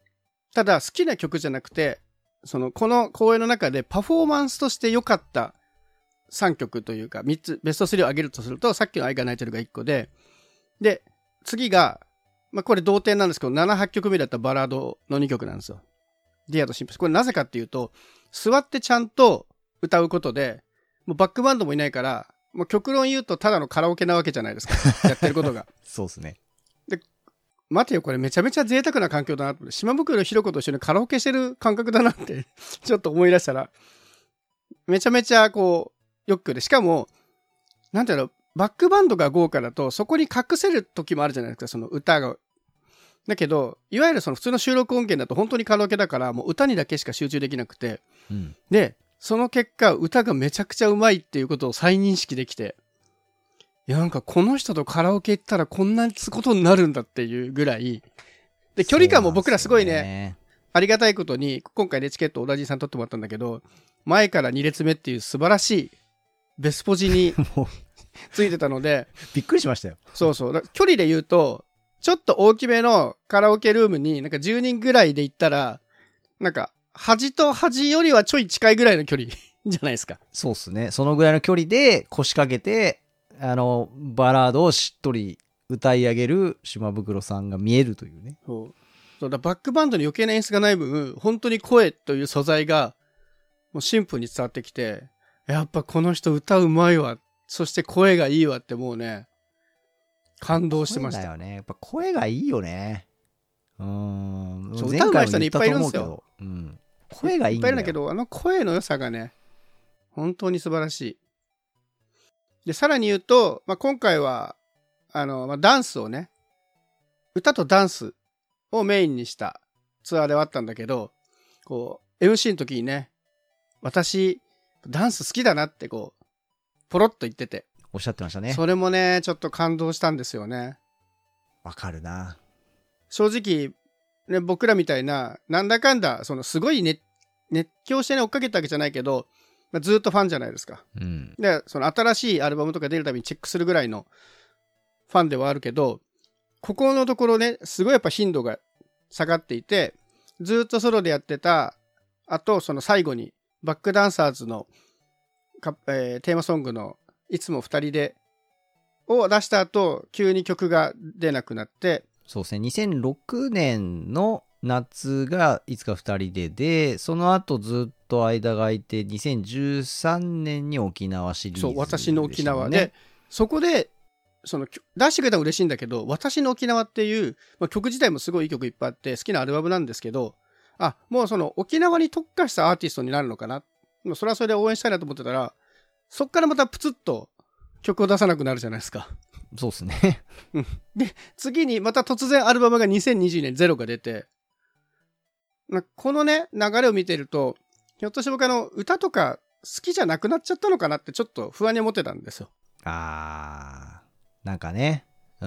ただ好きな曲じゃなくて、そのこの公演の中でパフォーマンスとして良かったさんきょくというかみっつベストスリーを挙げるとすると、さっきの愛が泣いてるがいっこで、で次が、まあ、これ同点なんですけどなな、はちきょくめだったバラードのにきょくなんですよ。ディアとシンプス。これなぜかっていうと、座ってちゃんと歌うことで、もうバックバンドもいないから、もう極論言うとただのカラオケなわけじゃないですか。やってることが。 そうですね。 で、待てよ、これめちゃめちゃ贅沢な環境だなって。島袋ひろ子と一緒にカラオケしてる感覚だなって、ちょっと思い出したら、めちゃめちゃこう、よくで、しかも、なんていうの、バックバンドが豪華だと、そこに隠せる時もあるじゃないですか、その歌が。だけど、いわゆるその普通の収録音源だと本当にカラオケだから、もう歌にだけしか集中できなくて、 うん、 で、その結果、歌がめちゃくちゃうまいっていうことを再認識できて、いや、なんかこの人とカラオケ行ったらこんなことになるんだっていうぐらい、で、距離感も僕らすごいね、ありがたいことに、今回ね、チケット小田地さん取ってもらったんだけど、前からに列目っていう素晴らしいベスポジについてたので、 びっくりしましたよ。 そうそう。距離で言うと、ちょっと大きめのカラオケルームになんかじゅうにんぐらいで行ったら、なんか端と端よりはちょい近いぐらいの距離じゃないですか。 そうっすね。そのぐらいの距離で腰掛けて、あの、バラードをしっとり歌い上げる島袋さんが見えるというね。 そう。そうだ、バックバンドに余計な演出がない分、本当に声という素材がもうシンプルに伝わってきて、やっぱこの人歌うまいわ、そして声がいいわってもうね、感動してました。 声だよね。やっぱ声がいいよね。うーん。 そう、歌うまい人にいっぱいいるんですよ。 うん。声がいいんだよ。 いっぱいいるんだけど、あの声の良さがね、本当に素晴らしい。で、さらに言うと、まあ、今回は、あの、まあ、ダンスをね、歌とダンスをメインにしたツアーではあったんだけど、こう、エムシー の時にね、私、ダンス好きだなってこう、ポロッと言ってて。 おっしゃってましたね。 それもね、ちょっと感動したんですよね。 わかるな。 正直、ね、僕らみたいな、なんだかんだ、そのすごい、ね、熱狂してね、追っかけたわけじゃないけど、まあ、ずっとファンじゃないですか。 うん。 で、その新しいアルバムとか出るたびにチェックするぐらいのファンではあるけど、ここのところね、すごいやっぱ頻度が下がっていて、ずっとソロでやってた、あと、その最後に、バックダンサーズの、えー、テーマソングのいつも二人でを出した後、急に曲が出なくなって。 そうですね。にせんろくねんの夏がいつか二人でで、その後ずっと間が空いて、にせんじゅうさんねんに沖縄シリーズ、ね。 そう、私の沖縄で、そこで、その出してくれたら嬉しいんだけど、私の沖縄っていう、まあ、曲自体もすごいいい曲いっぱいあって好きなアルバムなんですけど、あ、もうその沖縄に特化したアーティストになるのかな。それはそれで応援したいなと思ってたら、そっからまたプツッと曲を出さなくなるじゃないですか。 そうですね。 で、次にまた突然アルバムがにせんにじゅうねんゼロが出て、このね、流れを見てると、ひょっとして僕あの歌とか好きじゃなくなっちゃったのかなってちょっと不安に思ってたんですよ。 あー、なんかね、うん、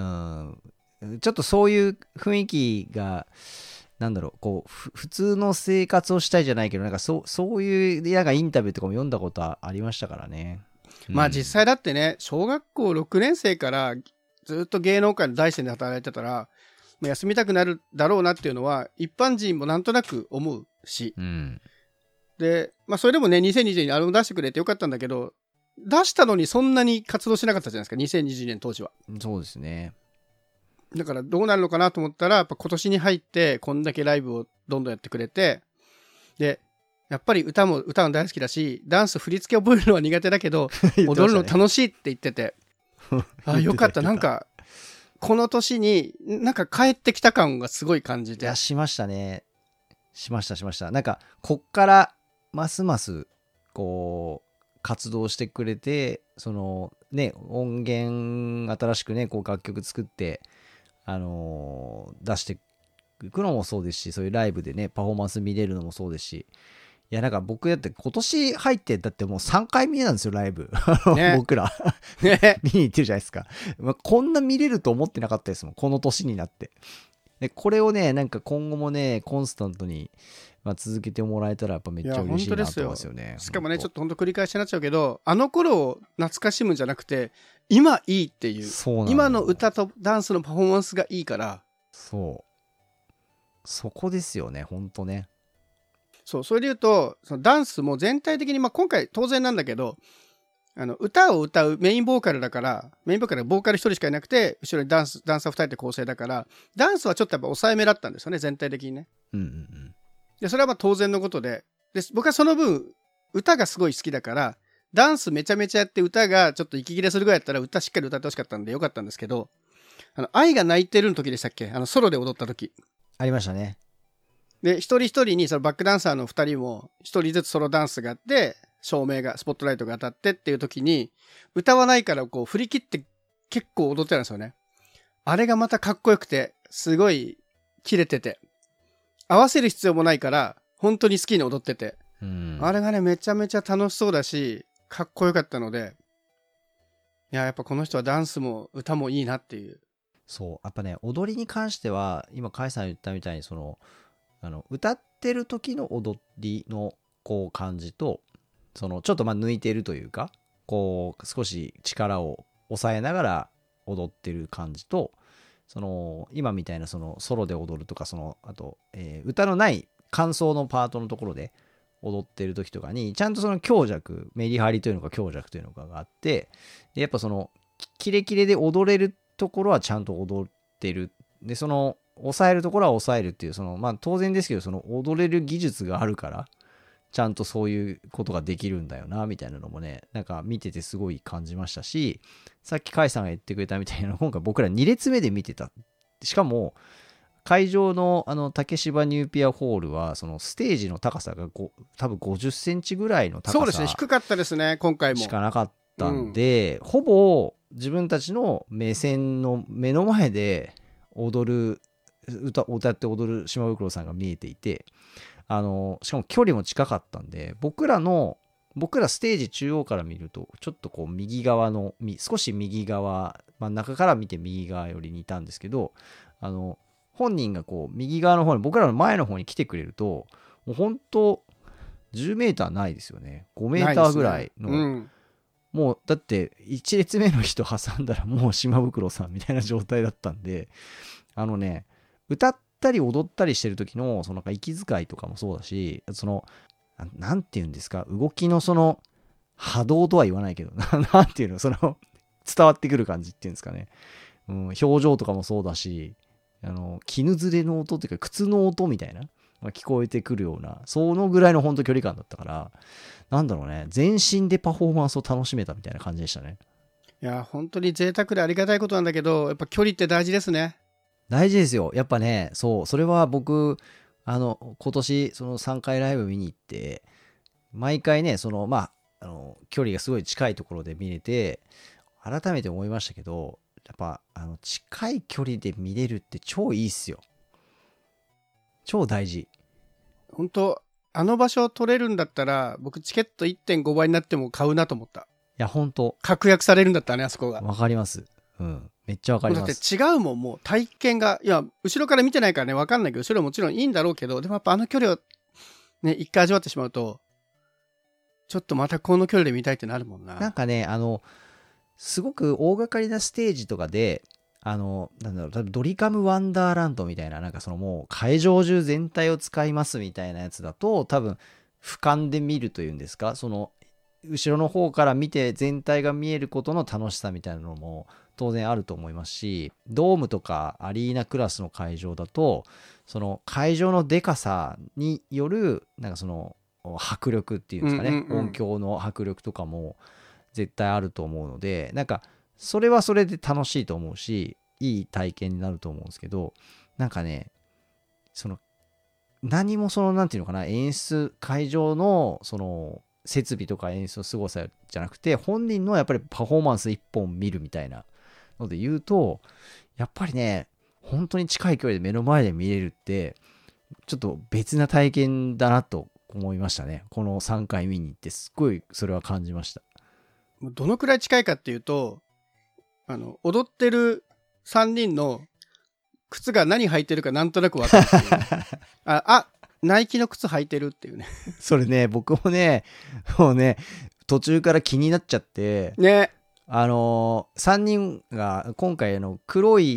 ちょっとそういう雰囲気が、なんだろう、こう普通の生活をしたいじゃないけど、なんかそうそういう嫌がインタビューとかも読んだことありましたからね。 うん、まあ実際だってね、小学校ろくねん生からずっと芸能界の第一線で働いてたら、休みたくなるだろうなっていうのは一般人もなんとなく思うし、 うん、 で、まあそれでもね、にせんにじゅうねんにアルバム出してくれてよかったんだけど、出したのにそんなに活動しなかったじゃないですか、にせんにじゅうねん当時は。 そうですね。 だからどうなるのかなと思ったら、やっぱ今年に入ってこんだけライブをどんどんやってくれて、で、やっぱり歌も歌も大好きだし、ダンス振り付け覚えるのは苦手だけど、ね、踊るの楽しいって言ってて、あ、よかった、なんかこの年になんか帰ってきた感がすごい感じて。 いや、しましたね。しましたしました。なんかこっからますますこう活動してくれて、そのね、音源新しくね、こう楽曲作ってあのー、出していくのもそうですし、そういうライブでねパフォーマンス見れるのもそうですし、いやなんか僕だって今年入ってだってもうさんかいめなんですよライブ、ね、僕ら、ね、見に行ってるじゃないですか、まあ、こんな見れると思ってなかったですもん、この年になって。でこれをね、なんか今後もねコンスタントに、まあ、続けてもらえたらやっぱめっちゃ嬉しいなと思いますよね。 しかもね、ちょっと本当繰り返しになっちゃうけど、あの頃を懐かしむんじゃなくて今いいっていう、今の歌とダンスのパフォーマンスがいいから。 そうそこですよね、ほんとね。 そう、それで言うと、そのダンスも全体的に、まあ、今回当然なんだけど、あの、歌を歌うメインボーカルだから、メインボーカルはボーカル一人しかいなくて、後ろにダンス、ダンサー二人で構成だから、ダンスはちょっとやっぱ抑えめだったんですよね、全体的にね。 うんうんうん。 で、それはまあ当然のことで、で、僕はその分、歌がすごい好きだから、ダンスめちゃめちゃやって歌がちょっと息切れするぐらいだったら歌しっかり歌ってほしかったんでよかったんですけど、あの、愛が泣いてるの時でしたっけ？あの、ソロで踊った時。 ありましたね。 で、一人一人にそのバックダンサーの二人も一人ずつソロダンスがあって、照明が、スポットライトが当たってっていう時に、歌わないからこう振り切って結構踊ってたんですよね。あれがまたかっこよくて、すごい切れてて、合わせる必要もないから、本当に好きに踊ってて、 うん、 あれがね、めちゃめちゃ楽しそうだし、かっこよかったので、いや、やっぱこの人はダンスも歌もいいなっていう。 そう、やっぱね、踊りに関しては、今、甲斐さん言ったみたいに、その、あの、歌ってる時の踊りの、こう、感じと、その、ちょっとまあ抜いてるというか、こう、少し力を抑えながら踊ってる感じと、その、今みたいな、その、ソロで踊るとか、その、あと、えー歌のない間奏のパートのところで踊ってる時とかに、ちゃんとその強弱、メリハリというのか強弱というのかがあって、で、やっぱその、キレキレで踊れるところはちゃんと踊ってる。で、その、抑えるところは抑えるっていう、その、まあ当然ですけど、その踊れる技術があるから、ちゃんとそういうことができるんだよな、みたいなのもね、なんか見ててすごい感じましたし、さっき甲斐さんが言ってくれたみたいな、今回僕らに列目で見てた。しかも、会場のあの竹芝ニューピアホールは、そのステージの高さがご多分ごじゅっセンチぐらいの高さ。 そうですね、低かったですね、今回も。 しかなかったんで、うん、ほぼ自分たちの目線の目の前で踊る、歌、歌って踊る島袋さんが見えていて、あの、しかも距離も近かったんで、僕らの、僕らステージ中央から見ると、ちょっとこう右側の、少し右側、真ん中から見て右側寄りにいたんですけど、あの、本人がこう右側の方に、僕らの前の方に来てくれると、もう本当じゅうメーターないですよね。ごメーターぐらいの、ねうん、もうだっていち列目の人挟んだらもう島袋さんみたいな状態だったんで、あのね、歌ったり踊ったりしてる時のそのなんか息遣いとかもそうだし、そのなんて言うんですか、動きのその波動とは言わないけど、なんていうの、その伝わってくる感じっていうんですかね、うん、表情とかもそうだし、あの絹ずれの音っていうか靴の音みたいな聞こえてくるような、そのぐらいの本当距離感だったから、なんだろうね、全身でパフォーマンスを楽しめたみたいな感じでしたね。 いや本当に贅沢でありがたいことなんだけど、やっぱ距離って大事ですね。 大事ですよ。やっぱね、そう、それは僕、あの、今年、そのさんかいライブ見に行って、毎回ね、その、まあ、あの、距離がすごい近いところで見れて、改めて思いましたけど、やっぱ、あの、近い距離で見れるって超いいっすよ。超大事。 本当あの場所を取れるんだったら、僕チケット いってんご 倍になっても買うなと思った。いや、本当確約されるんだったらね、あそこが。 わかります。うん。めっちゃわかります。 だって違うもん、もう体験が、いや、後ろから見てないからね、わかんないけど、後ろもちろんいいんだろうけど、でもやっぱあの距離をね、一回味わってしまうと、ちょっとまたこの距離で見たいってなるもんな。 なんかね、あの、すごく大掛かりなステージとかで、あの、なんだろう、多分ドリカムワンダーランドみたいな、なんかそのもう会場中全体を使いますみたいなやつだと、多分俯瞰で見るというんですか、その、後ろの方から見て全体が見えることの楽しさみたいなのも当然あると思いますし、ドームとかアリーナクラスの会場だと、その会場のでかさによる、なんかその迫力っていうんですかね、うんうんうん、音響の迫力とかも絶対あると思うので、なんかそれはそれで楽しいと思うし、いい体験になると思うんですけど、なんかね、その何もそのなんていうのかな、演出、会場のその設備とか演出の凄さじゃなくて、本人のやっぱりパフォーマンス一本見るみたいなので言うと、やっぱりね、本当に近い距離で目の前で見れるってちょっと別な体験だなと思いましたね。このさんかい見に行ってすっごいそれは感じました。 どのくらい近いかっていうと、あの踊ってるさんにんの靴が何履いてるかなんとなく分かるっていうああナイキの靴履いてるっていうねそれね、僕もね、もうね、途中から気になっちゃって、 ね、 あのー、さんにんが今回あの黒い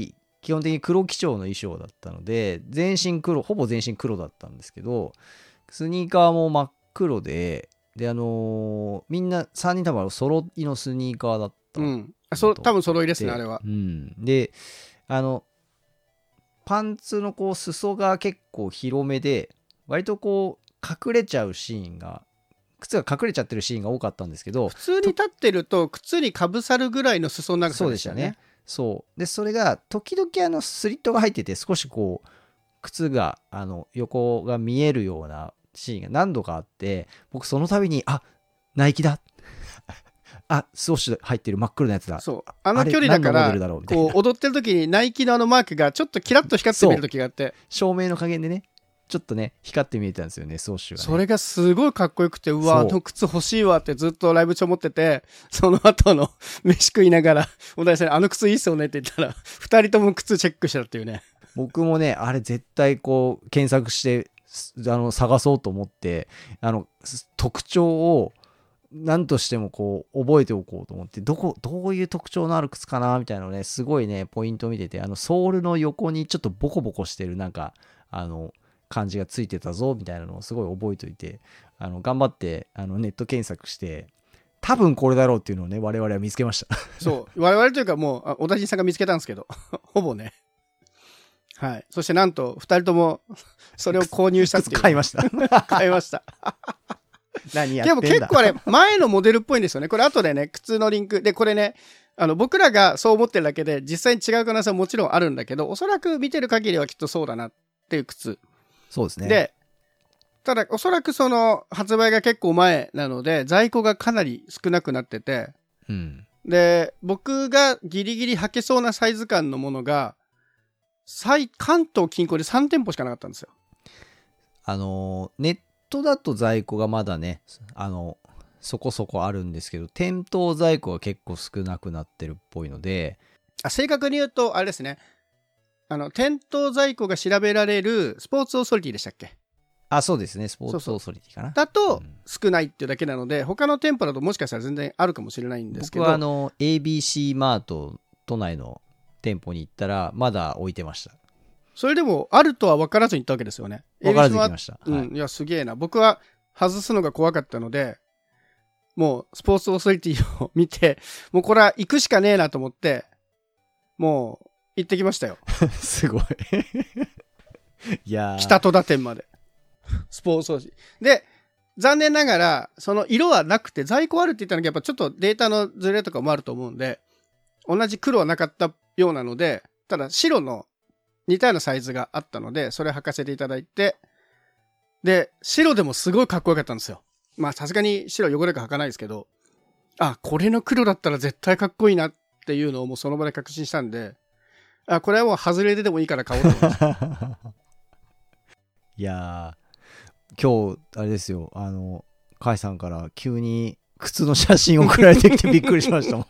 基本的に黒基調の衣装だったので、全身黒、ほぼ全身黒だったんですけど、スニーカーも真っ黒で、で、あのーみんなさんにん多分揃いのスニーカーだったの。 うんそ多分揃いですねあれは。 うん、で、あのパンツのこう裾が結構広めで、割とこう隠れちゃうシーンが、靴が隠れちゃってるシーンが多かったんですけど、 普通に立ってると靴にかぶさるぐらいの裾の長さでしたよね。 そうで、それが時々あのスリットが入ってて、少しこう靴があの横が見えるようなシーンが何度かあって、僕その度にあナイキだあスウォッシュ入ってる真っ黒なやつだ、 そうあの距離だからこう踊ってる時にナイキのあのマークがちょっとキラッと光って見える時があって、 照明の加減でねちょっとね光って見えたんですよね、スウォッシュが、ね、 それがすごいかっこよくて、うわあの靴欲しいわってずっとライブ中思ってて、その後の飯食いながら小田井さんにあの靴いいっすよねって言ったらふたりとも靴チェックしたっていうね。 僕もねあれ絶対こう検索してあの探そうと思って、あの特徴を何としてもこう覚えておこうと思って、どこどういう特徴のある靴かなみたいなのね、すごいねポイント見てて、あのソールの横にちょっとボコボコしてるなんかあの感じがついてたぞみたいなのをすごい覚えておいて、あの頑張ってあのネット検索して多分これだろうっていうのをね我々は見つけましたそう我々というかもう小田人さんが見つけたんですけどほぼね。はい。そしてなんとふたりともそれを購入したっていう、 買いました買いました何やってんだ。 でも結構ね前のモデルっぽいんですよね。これ後でね靴のリンクで、これねあの僕らがそう思ってるだけで実際に違う可能性はもちろんあるんだけど、おそらく見てる限りはきっとそうだなっていう靴。 そうですね。 でただおそらくその発売が結構前なので在庫がかなり少なくなってて、 うん、 で僕がギリギリ履けそうなサイズ感のものが関東近郊でさんてんぽしかなかったんですよ。 あのネットだと在庫がまだねあのそこそこあるんですけど、店頭在庫が結構少なくなってるっぽいので、 あ正確に言うとあれですね、あの店頭在庫が調べられるスポーツオーソリティでしたっけ。 あそうですね、スポーツオーソリティかな。 だと少ないっていうだけなので、うん、他の店舗だともしかしたら全然あるかもしれないんですけど、 僕はあの エービーシー マート都内の店舗に行ったらまだ置いてました。 それでもあるとは分からずに行ったわけですよね。 分からずに行きました。 うん、はい、いやすげえな。僕は外すのが怖かったので、もうスポーツオーソリティを見て、もうこれは行くしかねえなと思って、もう行ってきましたよ。 すごいいや北戸田店までスポーツオーソリティで、残念ながらその色はなくて、在庫あるって言ったのがやっぱちょっとデータのズレとかもあると思うんで、同じ黒はなかったようなので、ただ白の似たようなサイズがあったのでそれ履かせていただいて、で白でもすごいかっこよかったんですよ。まあさすがに白汚れが履かないですけど、あこれの黒だったら絶対かっこいいなっていうのをもうその場で確信したんで、あこれはもう外れででもいいから買おうと思いましたいやー今日あれですよ、あの甲斐さんから急に靴の写真送られてきてびっくりしましたもん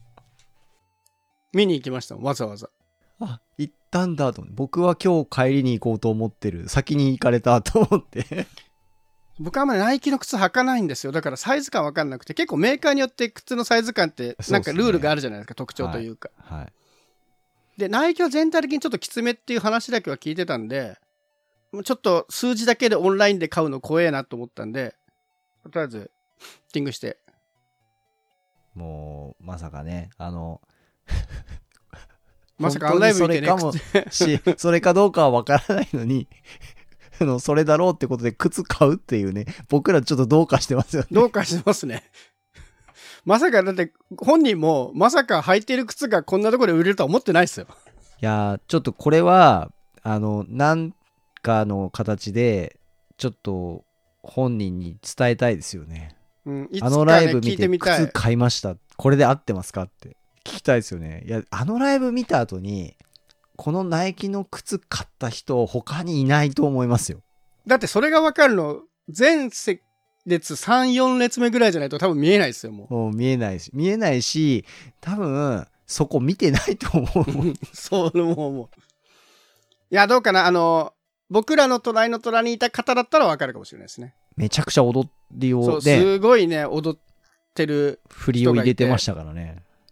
見に行きましたもん、わざわざ。 あ行ったんだと思って、僕は今日帰りに行こうと思ってる、先に行かれたと思って僕はあんまりナイキの靴履かないんですよ。だからサイズ感分かんなくて、結構メーカーによって靴のサイズ感ってなんかルールがあるじゃないですか、特徴というか、 はいはい、 でナイキは全体的にちょっときつめっていう話だけは聞いてたんで、ちょっと数字だけでオンラインで買うの怖えなと思ったんで、とりあえずティングして、 もうまさかね、あのまさかあのライブ見てね、 それかもしそれかどうかは分からないのにのそれだろうってことで靴買うっていうね、僕らちょっとどうかしてますよね。 どうかしてますねまさかだって本人もまさか履いてる靴がこんなところで売れるとは思ってないですよ。 いやちょっとこれはあのなんかの形でちょっと本人に伝えたいですよね、 うん、いつかね、 あのライブ見て聞いてみたい。 靴買いました、これで合ってますかって聞きたいですよね。いやあのライブ見た後にこのナイキの靴買った人他にいないと思いますよ。 だってそれが分かるの全列さん、よん列目ぐらいじゃないと多分見えないですよ。もう、 もう見えないし見えないし多分そこ見てないと思うそうもうもういやどうかな、あの僕らの隣の隣にいた方だったら分かるかもしれないですね。 めちゃくちゃ踊りをそうですごいね踊ってる振りを入れてましたからね。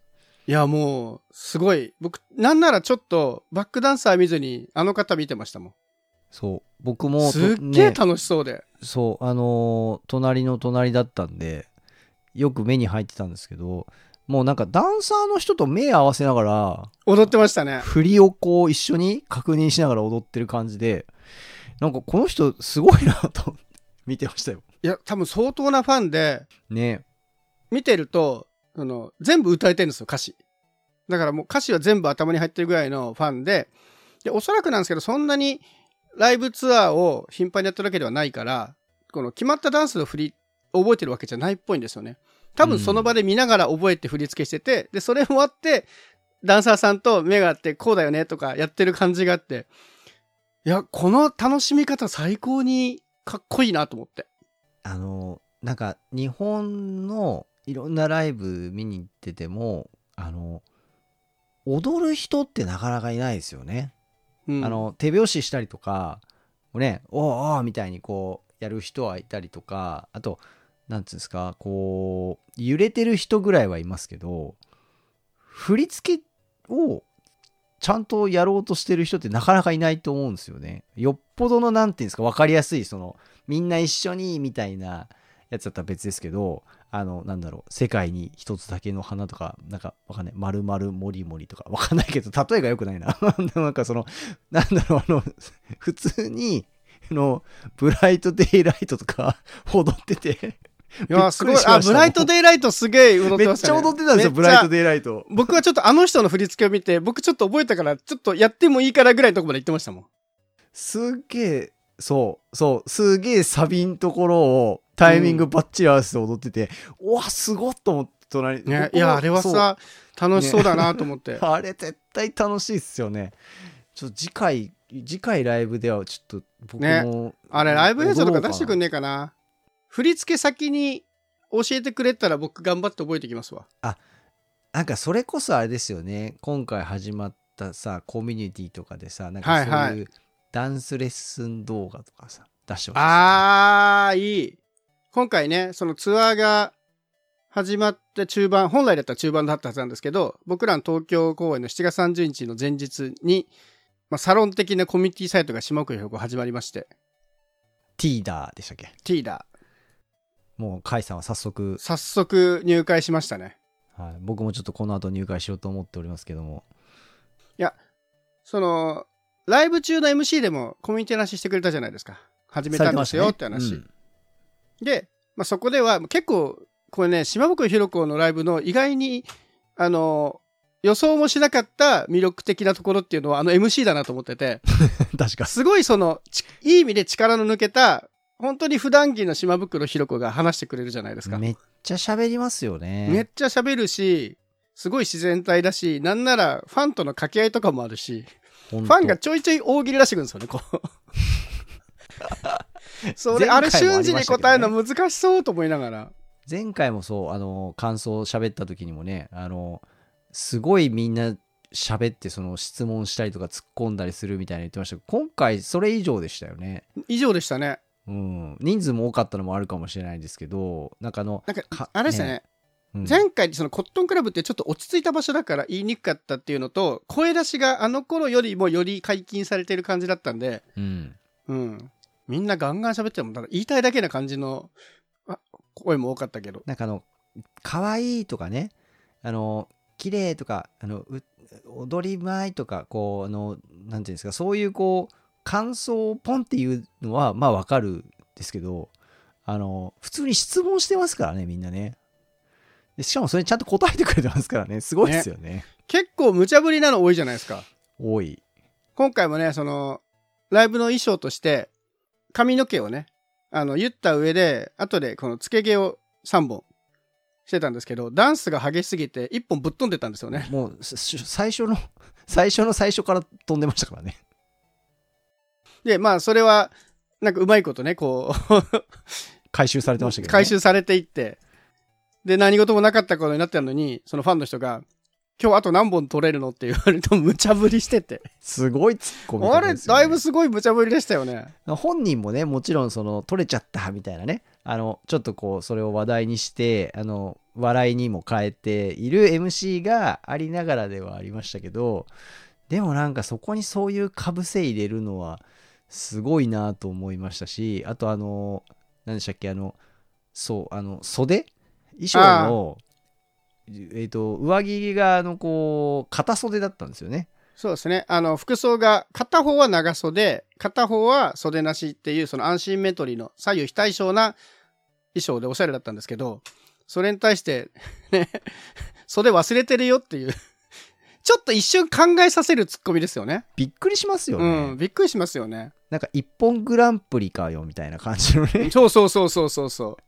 いやもうすごい、僕なんならちょっとバックダンサー見ずにあの方見てましたもん。 そう僕もすっげえ楽しそうで、ね、 そうあのー、隣の隣だったんでよく目に入ってたんですけど、もうなんかダンサーの人と目合わせながら踊ってましたね。 振りをこう一緒に確認しながら踊ってる感じで、なんかこの人すごいなと見てましたよ。 いや多分相当なファンでね、 見てるとあの全部歌えてるんですよ歌詞だから。もう歌詞は全部頭に入ってるぐらいのファンで、でおそらくなんですけどそんなにライブツアーを頻繁にやってるわけではないから、この決まったダンスの振りを覚えてるわけじゃないっぽいんですよね。多分その場で見ながら覚えて振り付けしてて、でそれ終わってダンサーさんと目が合ってこうだよねとかやってる感じがあって、いやこの楽しみ方最高にかっこいいなと思って。 あのなんか日本のいろんなライブ見に行ってても、あの踊る人ってなかなかいないですよね。うん、あの手拍子したりとかね、おーおーみたいにこうやる人はいたりとか、あとなんつうんですか、こう揺れてる人ぐらいはいますけど、振り付けをちゃんとやろうとしてる人ってなかなかいないと思うんですよね。よっぽどのなんていうんですか、分かりやすいそのみんな一緒にみたいなやつだったら別ですけど、あのなんだろう、世界に一つだけの花とか、なんかわかんない、丸々もりもりとかわかんないけど、例えがよくないななんかそのなんだろう、あの普通にのブライトデイライトとか踊ってて、 いやすごい、あブライトデイライトすげえ踊ってましたね。 めっちゃ踊ってたんですよブライトデイライト。 僕はちょっとあの人の振り付けを見て、僕ちょっと覚えたからちょっとやってもいいからぐらいのところまで行ってましたもん。 すげえ、そうそうすげえサビんところをタイミングバッチリ合わせて踊ってて、うん、うわすごっと思って隣、 ね、いやあれはさ楽しそうだなと思って、ね、 あれ絶対楽しいっすよね。ちょっと次回次回ライブではちょっと僕も、ね、 あれライブ映像とか出してくんねえかな。振り付け先に教えてくれたら僕頑張って覚えてきますわ。 あ、なんかそれこそあれですよね、今回始まったさコミュニティとかでさ、なんかそういう、はいはい、ダンスレッスン動画とかさ出してほしいですね。 あーいい。今回ねそのツアーが始まって中盤、本来だったら中盤だったはずなんですけど、僕らの東京公演のしちがつさんじゅうにちの前日に、まあ、サロン的なコミュニティサイトが島倉弘子始まりまして、 ティーダーでしたっけ。 ティーダー、 もう甲斐さんは早速早速入会しましたね。 はい、僕もちょっとこの後入会しようと思っておりますけども、 いやそのライブ中の エムシー でもコミュニティの話してくれたじゃないですか。始めたんですよって話、ね、うん、で、まあ、そこでは結構これね島袋弘子のライブの意外にあの予想もしなかった魅力的なところっていうのはあの エムシー だなと思ってて確かすごいそのいい意味で力の抜けた本当に普段着の島袋弘子が話してくれるじゃないですか。 めっちゃ喋りますよね。 めっちゃ喋るしすごい自然体だし、なんならファンとの掛け合いとかもあるし、ファンがちょいちょい大喜利出してくるんですよねこうそれあれ瞬時に答えるの難しそうと思いながら、 前回もそうあの感想を喋った時にもね、あのすごいみんな喋ってその質問したりとか突っ込んだりするみたいな言ってましたけど、今回それ以上でしたよね。 以上でしたね。 うん、人数も多かったのもあるかもしれないですけど、なんかあのなんかあれですよね、ね、うん、前回そのコットンクラブってちょっと落ち着いた場所だから言いにくかったっていうのと、声出しがあの頃よりもより解禁されてる感じだったんで、 うんうん、みんなガンガン喋ってもただ言いたいだけな感じの声も多かったけど、 なんかあの可愛いとかね、あの綺麗とか、あの踊り前とか、こうあのなんていうんですか、そういうこう感想をポンっていうのはまあわかるんですけど、あの普通に質問してますからねみんなね。でしかもそれにちゃんと答えてくれてますからね、すごいですよ ね, ね結構無茶ぶりなの多いじゃないですか。 多い。 今回もねそのライブの衣装として髪の毛をねあの言った上で後でこのつけ毛をさんぼんしてたんですけど、ダンスが激しすぎていっぽんぶっ飛んでたんですよね。 もう最初の最初の最初から飛んでましたからね。 でまあそれはなんかうまいことねこう回収されてましたけどね。 回収されていって、で何事もなかったことになってたのに、そのファンの人が今日あと何本取れるのって言われると無茶ぶりしてて、 すごいツッコミ、 ね、あれだいぶすごい無茶ぶりでしたよね。 本人もねもちろんその取れちゃったみたいなね、 あのちょっとこうそれを話題にしてあの笑いにも変えている エムシー がありながらではありましたけど、でもなんかそこにそういうかぶせ入れるのはすごいなと思いましたし、あとあの何でしたっけ、あのそうあの袖衣装のえっと上着があのこう片袖だったんですよね。 そうですね。あの、服装が、片方は長袖、片方は袖なしっていう、そのアンシンメトリーの左右非対称な衣装でおしゃれだったんですけど、それに対して、ね、袖忘れてるよっていう、ちょっと一瞬考えさせるツッコミですよね。 びっくりしますよね。 うん、びっくりしますよね。 なんか一本グランプリかよみたいな感じのね。 そうそうそうそうそうそう。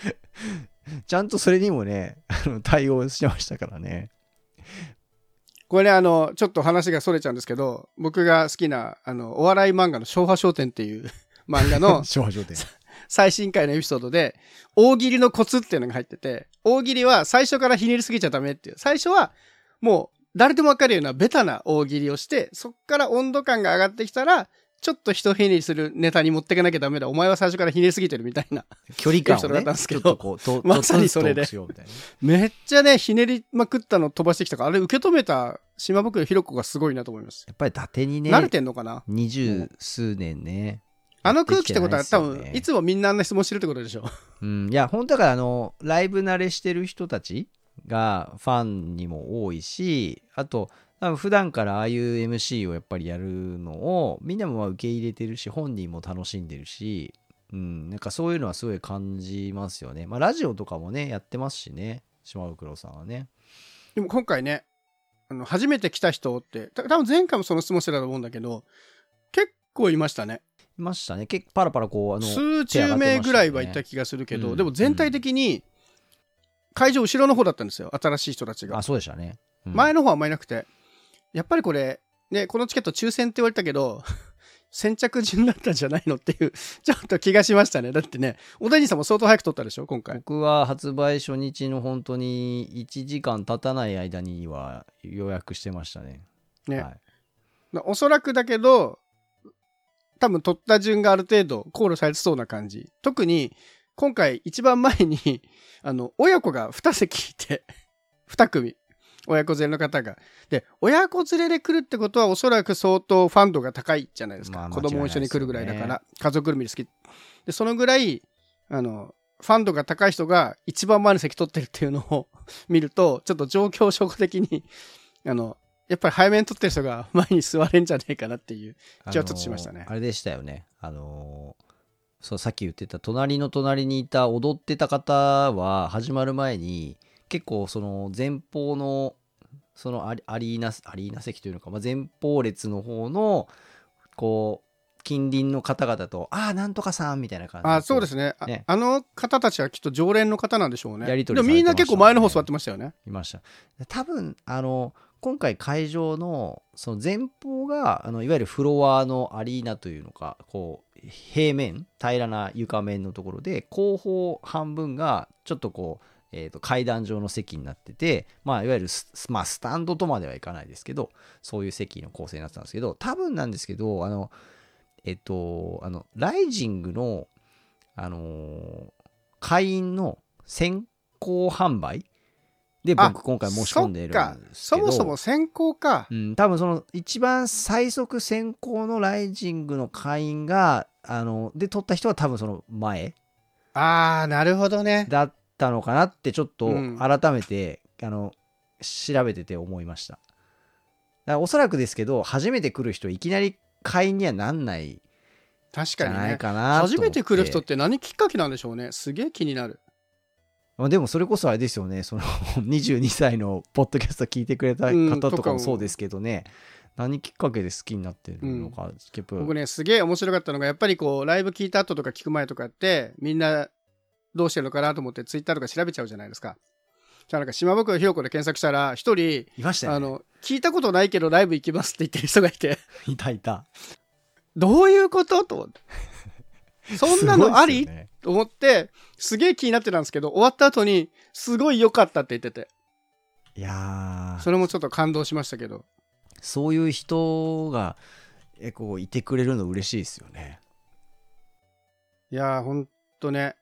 ちゃんとそれにもね、あの対応してましたからね。 これね、あの、ちょっと話がそれちゃうんですけど、僕が好きな、あの、お笑い漫画の昭和商店っていう漫画の昭和商店最新回のエピソードで、大喜利のコツっていうのが入ってて、大喜利は最初からひねりすぎちゃダメっていう。最初は、もう、誰でもわかるようなベタな大喜利をして、そっから温度感が上がってきたら、ちょっとひとひねりするネタに持っていかなきゃダメだ。お前は最初からひねりすぎてるみたいな。 距離感をね、 だったんですけどちょっとこう、とまさにそれで。めっちゃね、ひねりまくったの飛ばしてきたから、あれ受け止めた島袋ひろ子がすごいなと思います。 やっぱり伊達にね、 慣れてんのかな二十数年ね。 あの空気ってことは多分、いつもみんなあんな質問してるってことでしょ。 うん、いや、本当だからあの、ライブ慣れしてる人たちがファンにも多いし、あと、多分普段からああいう エムシー をやっぱりやるのをみんなもまあ受け入れてるし、本人も楽しんでるし、うん、なんかそういうのはすごい感じますよね。まあラジオとかもねやってますしね、島袋さんはね。 でも今回ね、あの初めて来た人ってた多分前回もその質問してたと思うんだけど、結構いましたね。 いましたね。結構パラパラこうあの数十名ぐらいはいた気がするけど、 うん、 でも全体的に会場後ろの方だったんですよ、新しい人たちが。 あ、そうでしたね。 うん、前の方はあんまりなくて。やっぱりこれ、ね、このチケット抽選って言われたけど、先着順だったんじゃないのっていう、ちょっと気がしましたね。だってね、小田切さんも相当早く取ったでしょ、今回。 僕は発売初日の本当にいちじかん経たない間には予約してましたね。 ね。 はい、 おそらくだけど、多分取った順がある程度考慮されてそうな感じ。特に、今回一番前に、あの、親子がに席いて、に組。親子連れの方が。で、親子連れで来るってことはおそらく相当ファン度が高いじゃないですか。まあ、子供も一緒に来るぐらいだから、家族ぐるみで好き。で、そのぐらい、あの、ファン度が高い人が一番前の席取ってるっていうのを見ると、ちょっと状況証拠的に、あの、やっぱり早めに取ってる人が前に座れんじゃねえかなっていう気はちょっとしましたね。 あのー、あれでしたよね。あのー、そう、さっき言ってた、隣の隣にいた踊ってた方は、始まる前に、結構その前方のそのアリーナアリーナ席というのか、まあ、前方列の方のこう近隣の方々とああなんとかさんみたいな感じで、 あ、そうですね。ね、あ, あの方たちはきっと常連の方なんでしょうね。 やり取りされてましたね。 でもみんな結構前の方座ってましたよね。 いました。多分あの今回会場のその前方があのいわゆるフロアのアリーナというのか、こう平面平らな床面のところで後方半分がちょっとこうえー、と階段状の席になってて、まあ、いわゆる ス,、まあ、スタンドとまではいかないですけど、そういう席の構成になってたんですけど、多分なんですけど、あの、えっ、ー、と、あの、ライジングの、あのー、会員の先行販売で僕今回申し込んでいるんですけど、 そもそも先行か。 うん、多分その一番最速先行のライジングの会員が、あの、で取った人は多分その前。 あー、なるほどね。 だったのかなってちょっと改めて、うん、あの調べてて思いました。だからおそらくですけど初めて来る人いきなり会員にはなんない確かにね、 じゃないかなと思って。 初めて来る人って何きっかけなんでしょうね。すげえ気になる。 まあ、でもそれこそあれですよね、そのにじゅうにさいのポッドキャスト聞いてくれた方とかもそうですけどね、うん、何きっかけで好きになってるのか、 うん、僕ねすげえ面白かったのがやっぱりこうライブ聞いた後とか聞く前とかってみんなどうしてるのかなと思ってツイッターとか調べちゃうじゃないですか。じゃあなんか島袋ひろ子で検索したら一人いましたよね。 あの聞いたことないけどライブ行きますって言ってる人がいていたいた。 どういうことと思ってそんなのあり、ね、と思ってすげえ気になってたんですけど終わった後にすごい良かったって言ってて、 いやそれもちょっと感動しましたけど、 そういう人がえこういてくれるの嬉しいですよね。 いやーほんとね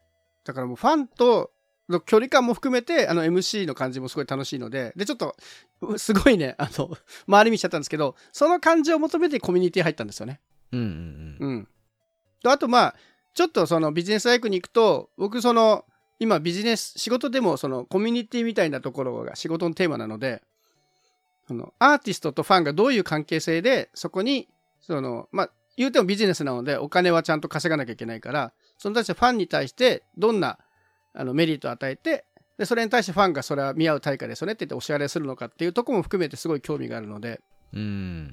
だからもうファンとの距離感も含めて、あの エムシー の感じもすごい楽しいので、で、ちょっと、すごいね、あの、回り道しちゃったんですけど、その感じを求めてコミュニティ入ったんですよね。 うんうんうん。 うん。であと、まあ、ちょっとそのビジネスライクに行くと、僕その、今ビジネス、仕事でもそのコミュニティみたいなところが仕事のテーマなので、そのアーティストとファンがどういう関係性で、そこに、その、まあ、言うてもビジネスなので、お金はちゃんと稼がなきゃいけないから、その人たちはファンに対してどんなあのメリットを与えて、で、それに対してファンがそれは見合う対価ですよねって言ってお支払いするのかっていうところも含めてすごい興味があるので、 うん。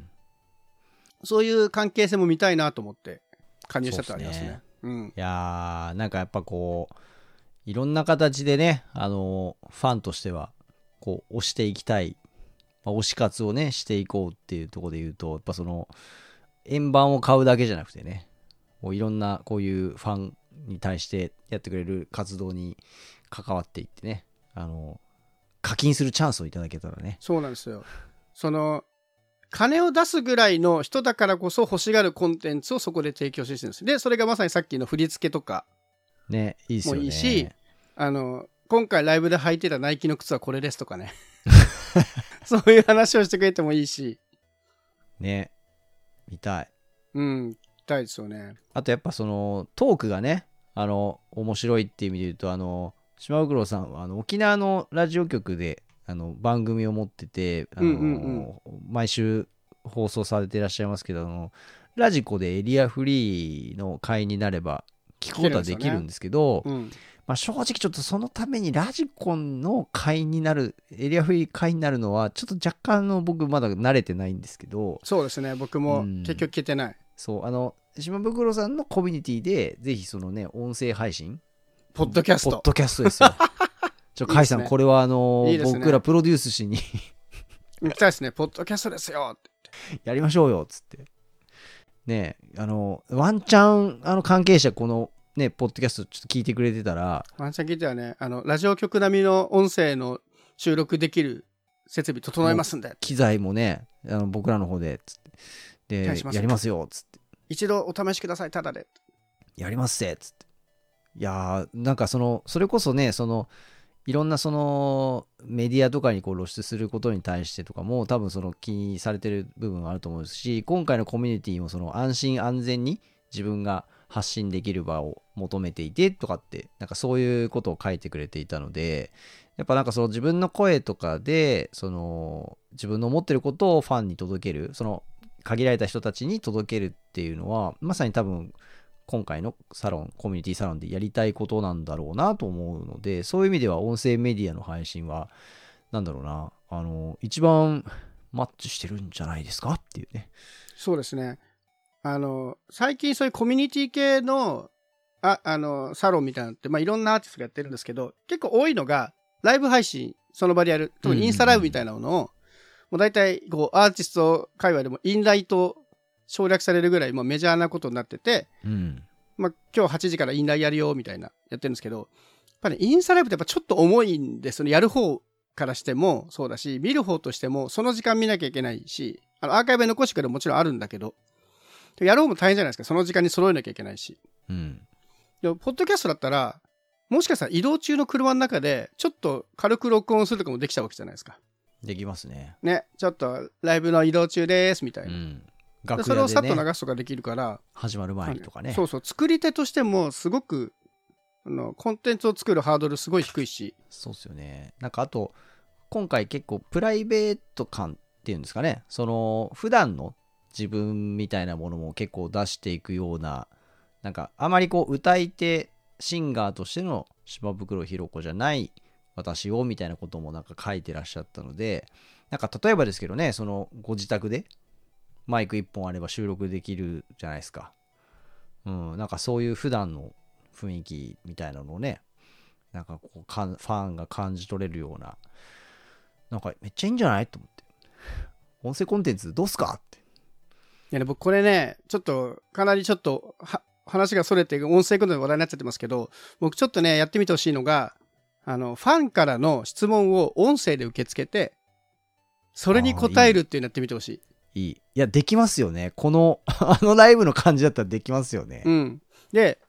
そういう関係性も見たいなと思って加入したとありますね。 そうですね。 うん。 いやー、なんかやっぱこう、いろんな形でね、あの、ファンとしては、こう、推していきたい、まあ、推し活をね、していこうっていうところで言うと、やっぱその、円盤を買うだけじゃなくてね、こういろんなこういうファンに対してやってくれる活動に関わっていってね、あの、課金するチャンスをいただけたらね。 そうなんですよ。その、金を出すぐらいの人だからこそ欲しがるコンテンツをそこで提供してるんです。で、それがまさにさっきの振り付けとかね、いいですよね。 もいいし、あの、今回ライブで履いてたナイキの靴はこれですとかね。そういう話をしてくれてもいいし。 ね、見たい。 うん、見たいですよね。 あとやっぱそのトークがね、あの、面白いっていう意味で言うと、あの、島袋さんはあの沖縄のラジオ局であの番組を持ってて、あの、 うんうんうん、 毎週放送されていらっしゃいますけど、あのラジコでエリアフリーの会員になれば聞くことはできるんですけど、 うん、 まあ、正直ちょっとそのためにラジコンの会員になる、エリアフリー会員になるのはちょっと若干の僕まだ慣れてないんですけど、 そうですね、僕も結局聞けてない。 そう、あの島袋さんのコミュニティでぜひそのね、音声配信、 ポッドキャストポッドキャストですよ。ちょ、甲斐さん、いいですね、これはあのーいいですね、僕らプロデュースしに行きたいですね、ポッドキャストですよってやりましょうよっつってね。あのワンチャンあの関係者このねポッドキャストちょっと聞いてくれてたら、 ワンチャン聞いてはね、あのラジオ局並みの音声の収録できる設備整えますんで、 機材もね、あの僕らの方でつってでやりますよっつって、 一度お試しください、ただでやりますぜっつって、いやー、なんかそのそれこそね、そのいろんなそのメディアとかにこう露出することに対してとかも多分その気にされてる部分はあると思うし、今回のコミュニティもその安心安全に自分が発信できる場を求めていてとかって、なんかそういうことを書いてくれていたので、やっぱなんかその自分の声とかでその自分の思ってることをファンに届ける、その限られた人たちに届けるっていうのはまさに多分今回のサロン、コミュニティサロンでやりたいことなんだろうなと思うので、そういう意味では音声メディアの配信はなんだろうな、あの一番マッチしてるんじゃないですかっていうね。 そうですね。あの最近そういうコミュニティ系のああのサロンみたいなのって、まあ、いろんなアーティストがやってるんですけど、結構多いのがライブ配信その場でやる、特にインスタライブみたいなものを、うんうんうん、もう大体こうアーティスト界隈でもインライト省略されるぐらいもうメジャーなことになってて、 うん、 まあ、今日はちじからインライやるよみたいなやってるんですけど、やっぱね、インスタライブってやっぱちょっと重いんですよね。やる方からしてもそうだし、見る方としてもその時間見なきゃいけないし、あのアーカイブに残してくれももちろんあるんだけど、やる方も大変じゃないですか。その時間に揃えなきゃいけないし、 うん、 でもポッドキャストだったらもしかしたら移動中の車の中でちょっと軽く録音するとかもできちゃうわけじゃないですか。 できますね。 ね、ちょっとライブの移動中ですみたいな、うん、楽屋でね、それをさっと流すとかできるから、 始まる前にとかね。 そうそう、作り手としてもすごくあのコンテンツを作るハードルすごい低いし。 そうですよね。なんかあと今回結構プライベート感っていうんですかね、その普段の自分みたいなものも結構出していくような、なんかあまりこう歌い手シンガーとしての島袋ひろ子じゃない私をみたいなこともなんか書いてらっしゃったので、なんか例えばですけどね、そのご自宅でマイクいっぽんあれば収録できるじゃないですか。うん、なんかそういう普段の雰囲気みたいなのをね、なんかこうかんファンが感じ取れるような、なんかめっちゃいいんじゃないと思って、音声コンテンツどうすかって。 いやね、僕これね、ちょっとかなりちょっとは話がそれて音声コンテンツの話題になっちゃってますけど、僕ちょっとねやってみてほしいのが、あのファンからの質問を音声で受け付けてそれに答えるっていうのやってみてほしい。 いい。いや、できますよね。このあのライブの感じだったらできますよね。 うん。で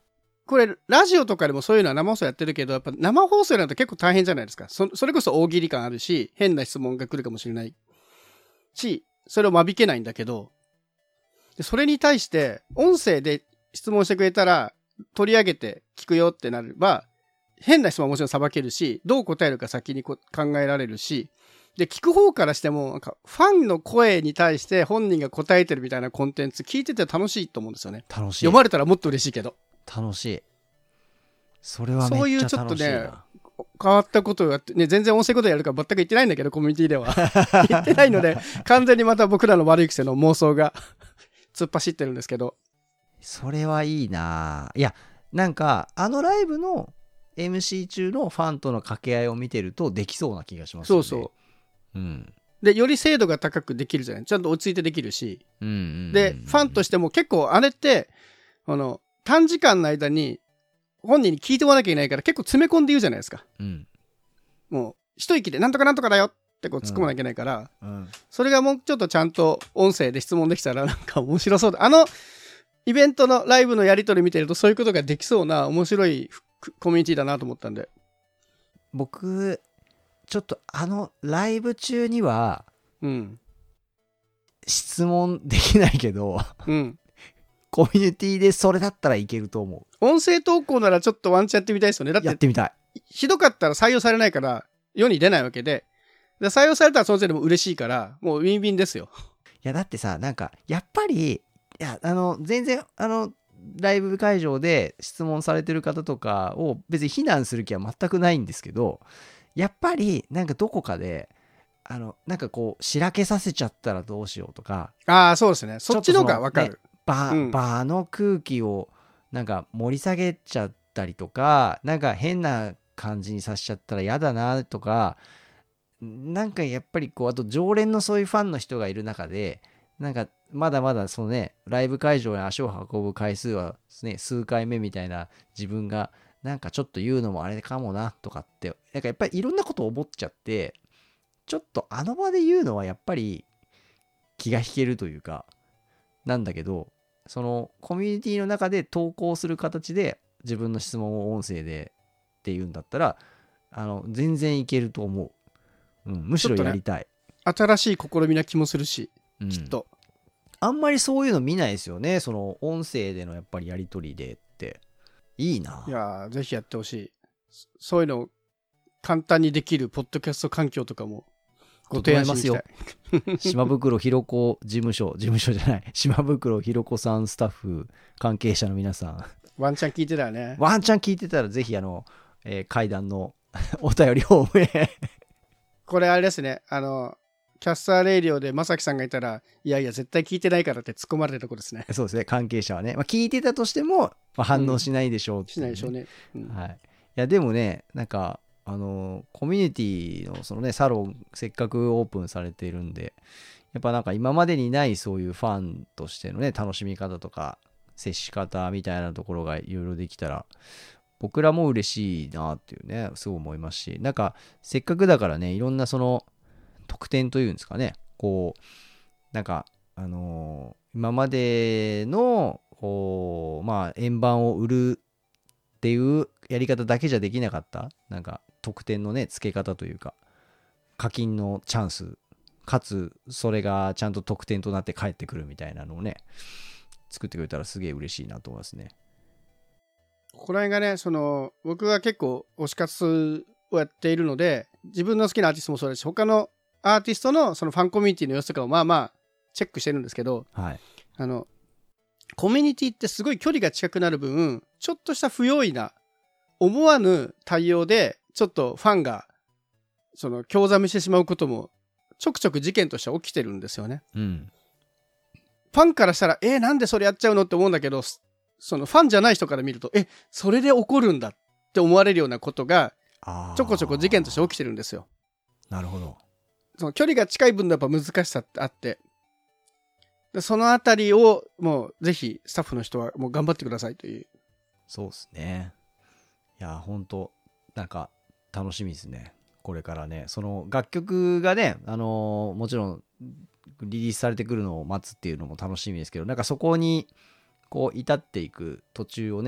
これラジオとかでもそういうのは生放送やってるけど、やっぱ生放送になると結構大変じゃないですか。そそれこそ大喜利感あるし、変な質問が来るかもしれないし、それを間引けないんだけど、でそれに対して音声で質問してくれたら取り上げて聞くよってなれば、変な質問はもちろんさばけるし、どう答えるか先にこ考えられるし、で聞く方からしてもなんかファンの声に対して本人が答えてるみたいなコンテンツ聞いてて楽しいと思うんですよね。 楽しい。 読まれたらもっと嬉しいけど。 楽しい。それはめっちゃ楽しいな。そういうちょっとね、 変わったことをやってね、全然音声ことやるから全く言ってないんだけど、コミュニティでは言ってないので、完全にまた僕らの悪い癖の妄想が突っ走ってるんですけど。 それはいいな。いや、なんかあのライブの エムシー 中のファンとの掛け合いを見てるとできそうな気がしますよね。 そうそう。 うん、 でより精度が高くできるじゃない。ちゃんと落ち着いてできるし、 うんうんうん、 でファンとしても結構あれってあの短時間の間に本人に聞いてもらわなきゃいけないから結構詰め込んで言うじゃないですか、うん、もう一息でなんとかなんとかだよってこう突っ込まなきゃいけないから、うんうん、それがもうちょっとちゃんと音声で質問できたらなんか面白そうだ。あのイベントのライブのやり取り見てるとそういうことができそうな面白いコミュニティだなと思ったんで、 僕ちょっとあのライブ中には、うん、質問できないけど、うん、コミュニティでそれだったらいけると思う。音声投稿ならちょっとワンチャンやってみたいですよね。だってやってみたい。 ひどかったら採用されないから世に出ないわけで、で採用されたらその時でも嬉しいからもうウィンウィンですよ。 いやだってさ、なんかやっぱりいやあの全然あのライブ会場で質問されてる方とかを別に非難する気は全くないんですけど、やっぱりなんかどこかであのなんかこうしらけさせちゃったらどうしようとか、 ああそうですね、そっちの方が分かる、ね、 場、うん、場の空気をなんか盛り下げちゃったりとか、なんか変な感じにさせちゃったら嫌だなとか、なんかやっぱりこうあと常連のそういうファンの人がいる中でなんかまだまだそのねライブ会場に足を運ぶ回数は、ね、数回目みたいな自分がなんかちょっと言うのもあれかもなとかってなんかやっぱりいろんなことを思っちゃって、ちょっとあの場で言うのはやっぱり気が引けるというかなんだけど、そのコミュニティの中で投稿する形で自分の質問を音声でっていうんだったらあの全然いけると思う、うん、むしろやりたい、 ね、新しい試みな気もするし、うん、きっとあんまりそういうの見ないですよね、その音声でのやっぱりやり取りでっていいな。 いやぜひやってほしい。そういうの簡単にできるポッドキャスト環境とかもご提案しますよ。 島袋ひろ子事務所事務所じゃない島袋ひろ子さんスタッフ関係者の皆さんワンチャン聞いてたらねワンチャン聞いてたらぜひあの、えー、階段のお便りフォームへこれあれですね、あのキャスターレイディオで正樹さんがいたらいやいや絶対聞いてないからって突っ込まれるとこですね。 そうですね、関係者はね、まあ、聞いてたとしても、まあ、反応しないでしょう、ね、うん、 しないでしょうね、うん、 はい。いやでもねなんかあのコミュニティのそのねサロンせっかくオープンされているんで、やっぱなんか今までにないそういうファンとしてのね楽しみ方とか接し方みたいなところがいろいろできたら僕らも嬉しいなっていうねすごい思いますし、なんかせっかくだからねいろんなその特典というんですかね、こうなんかあのー、今までのこうまあ円盤を売るっていうやり方だけじゃできなかったなんか特典のね付け方というか課金のチャンスかつそれがちゃんと特典となって返ってくるみたいなのをね作ってくれたらすげえ嬉しいなと思いますね。 ここら辺がねその僕は結構推し活をやっているので自分の好きなアーティストもそうだし他のアーティストのそのファンコミュニティの様子とかをまあまあチェックしてるんですけど、はい、あのコミュニティってすごい距離が近くなる分ちょっとした不用意な思わぬ対応でちょっとファンがその興ざめしてしまうこともちょくちょく事件として起きてるんですよね、うん、ファンからしたらえー、なんでそれやっちゃうのって思うんだけどそのファンじゃない人から見るとえそれで起こるんだって思われるようなことがちょこちょこ事件として起きてるんですよ。 なるほど。 その距離が近い分のやっぱ難しさってあってでそのあたりをもうぜひスタッフの人はもう頑張ってくださいという。 そうですね。いや本当なんか楽しみですねこれからね。その楽曲がねあのー、もちろんリリースされてくるのを待つっていうのも楽しみですけど、なんかそこにこう至っていく途中をね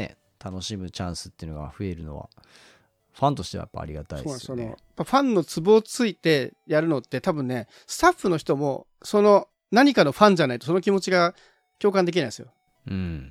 楽しむチャンスっていうのが増えるのはファンとしてはやっぱありがたいですよね。 そうそのファンのツボをついてやるのって多分ね、スタッフの人もその何かのファンじゃないとその気持ちが共感できないんですよ。 うん、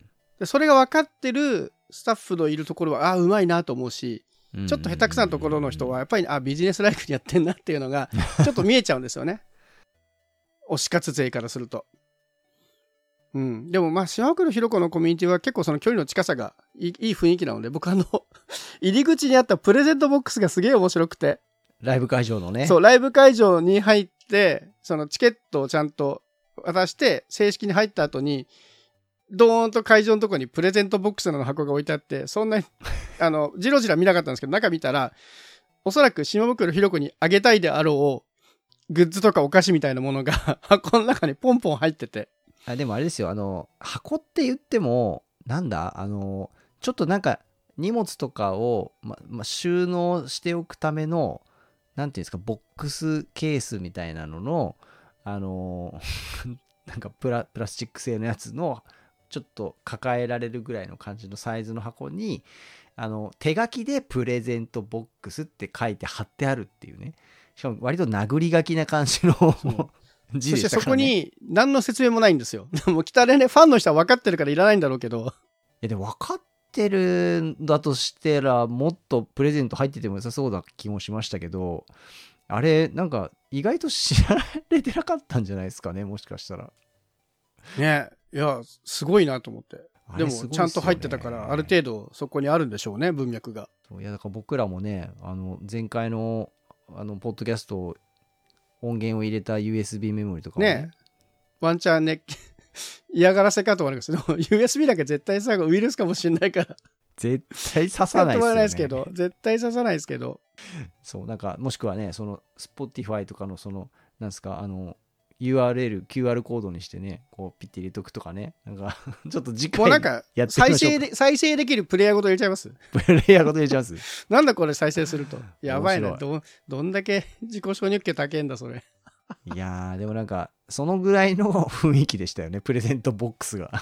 でそれが分かってるスタッフのいるところはああうまいなと思うし、ちょっと下手くそなところの人はやっぱりあビジネスライクにやってんなっていうのがちょっと見えちゃうんですよね。推し活勢からすると。うん、でもまあ島袋ひろ子のコミュニティは結構その距離の近さがいい、いい雰囲気なので、僕あの入り口にあったプレゼントボックスがすげえ面白くて、 ライブ会場のね、 そうライブ会場に入ってそのチケットをちゃんと渡して正式に入った後にドーンと会場のところにプレゼントボックスの箱が置いてあって、そんなにあのじろじろ見なかったんですけど、中見たらおそらく島袋ひろ子にあげたいであろうグッズとかお菓子みたいなものが箱の中にポンポン入ってて、 あでもあれですよ、あの箱って言ってもなんだあのちょっとなんか荷物とかを、ままあ、収納しておくためのなんていうんですか、ボックスケースみたいなののあのなんかプラ、プラスチック製のやつのちょっと抱えられるぐらいの感じのサイズの箱にあの手書きでプレゼントボックスって書いて貼ってあるっていうね、しかも割と殴り書きな感じの字でしたからね。そしてそこに何の説明もないんですよ。もう来たらね、ファンの人は分かってるからいらないんだろうけど。 いやでも分かってるんだとしたらもっとプレゼント入ってても良さそうな気もしましたけど、あれなんか意外と知られてなかったんじゃないですかね、もしかしたら。 ね、いやすごいなと思って。でもちゃんと入ってたからある程度そこにあるんでしょうね、文脈が。 いやだから僕らもね、あの前回のあのポッドキャスト音源を入れた ユーエスビー メモリとかもね、 ねワンチャンね嫌がらせかと思うんですけど、 ユーエスビー だけ絶対最後ウイルスかもしれないから絶対刺さないですよね。 ですけど絶対刺さないですけど、 そうなんかもしくはね、その Spotify とかのそのなんですか、あの ユーアールエル キューアール コードにしてね、こうピッて入れとくとかね、なんかちょっと次回もうなんかやってみましょう。 再生で再生できるプレイヤーごと入れちゃいます。 プレイヤーごと入れちゃいますなんだこれ再生するとやばいな、 面白い。 どどんだけ自己承認権高いんだそれ。 いやーでもなんかそのぐらいの雰囲気でしたよね、プレゼントボックスが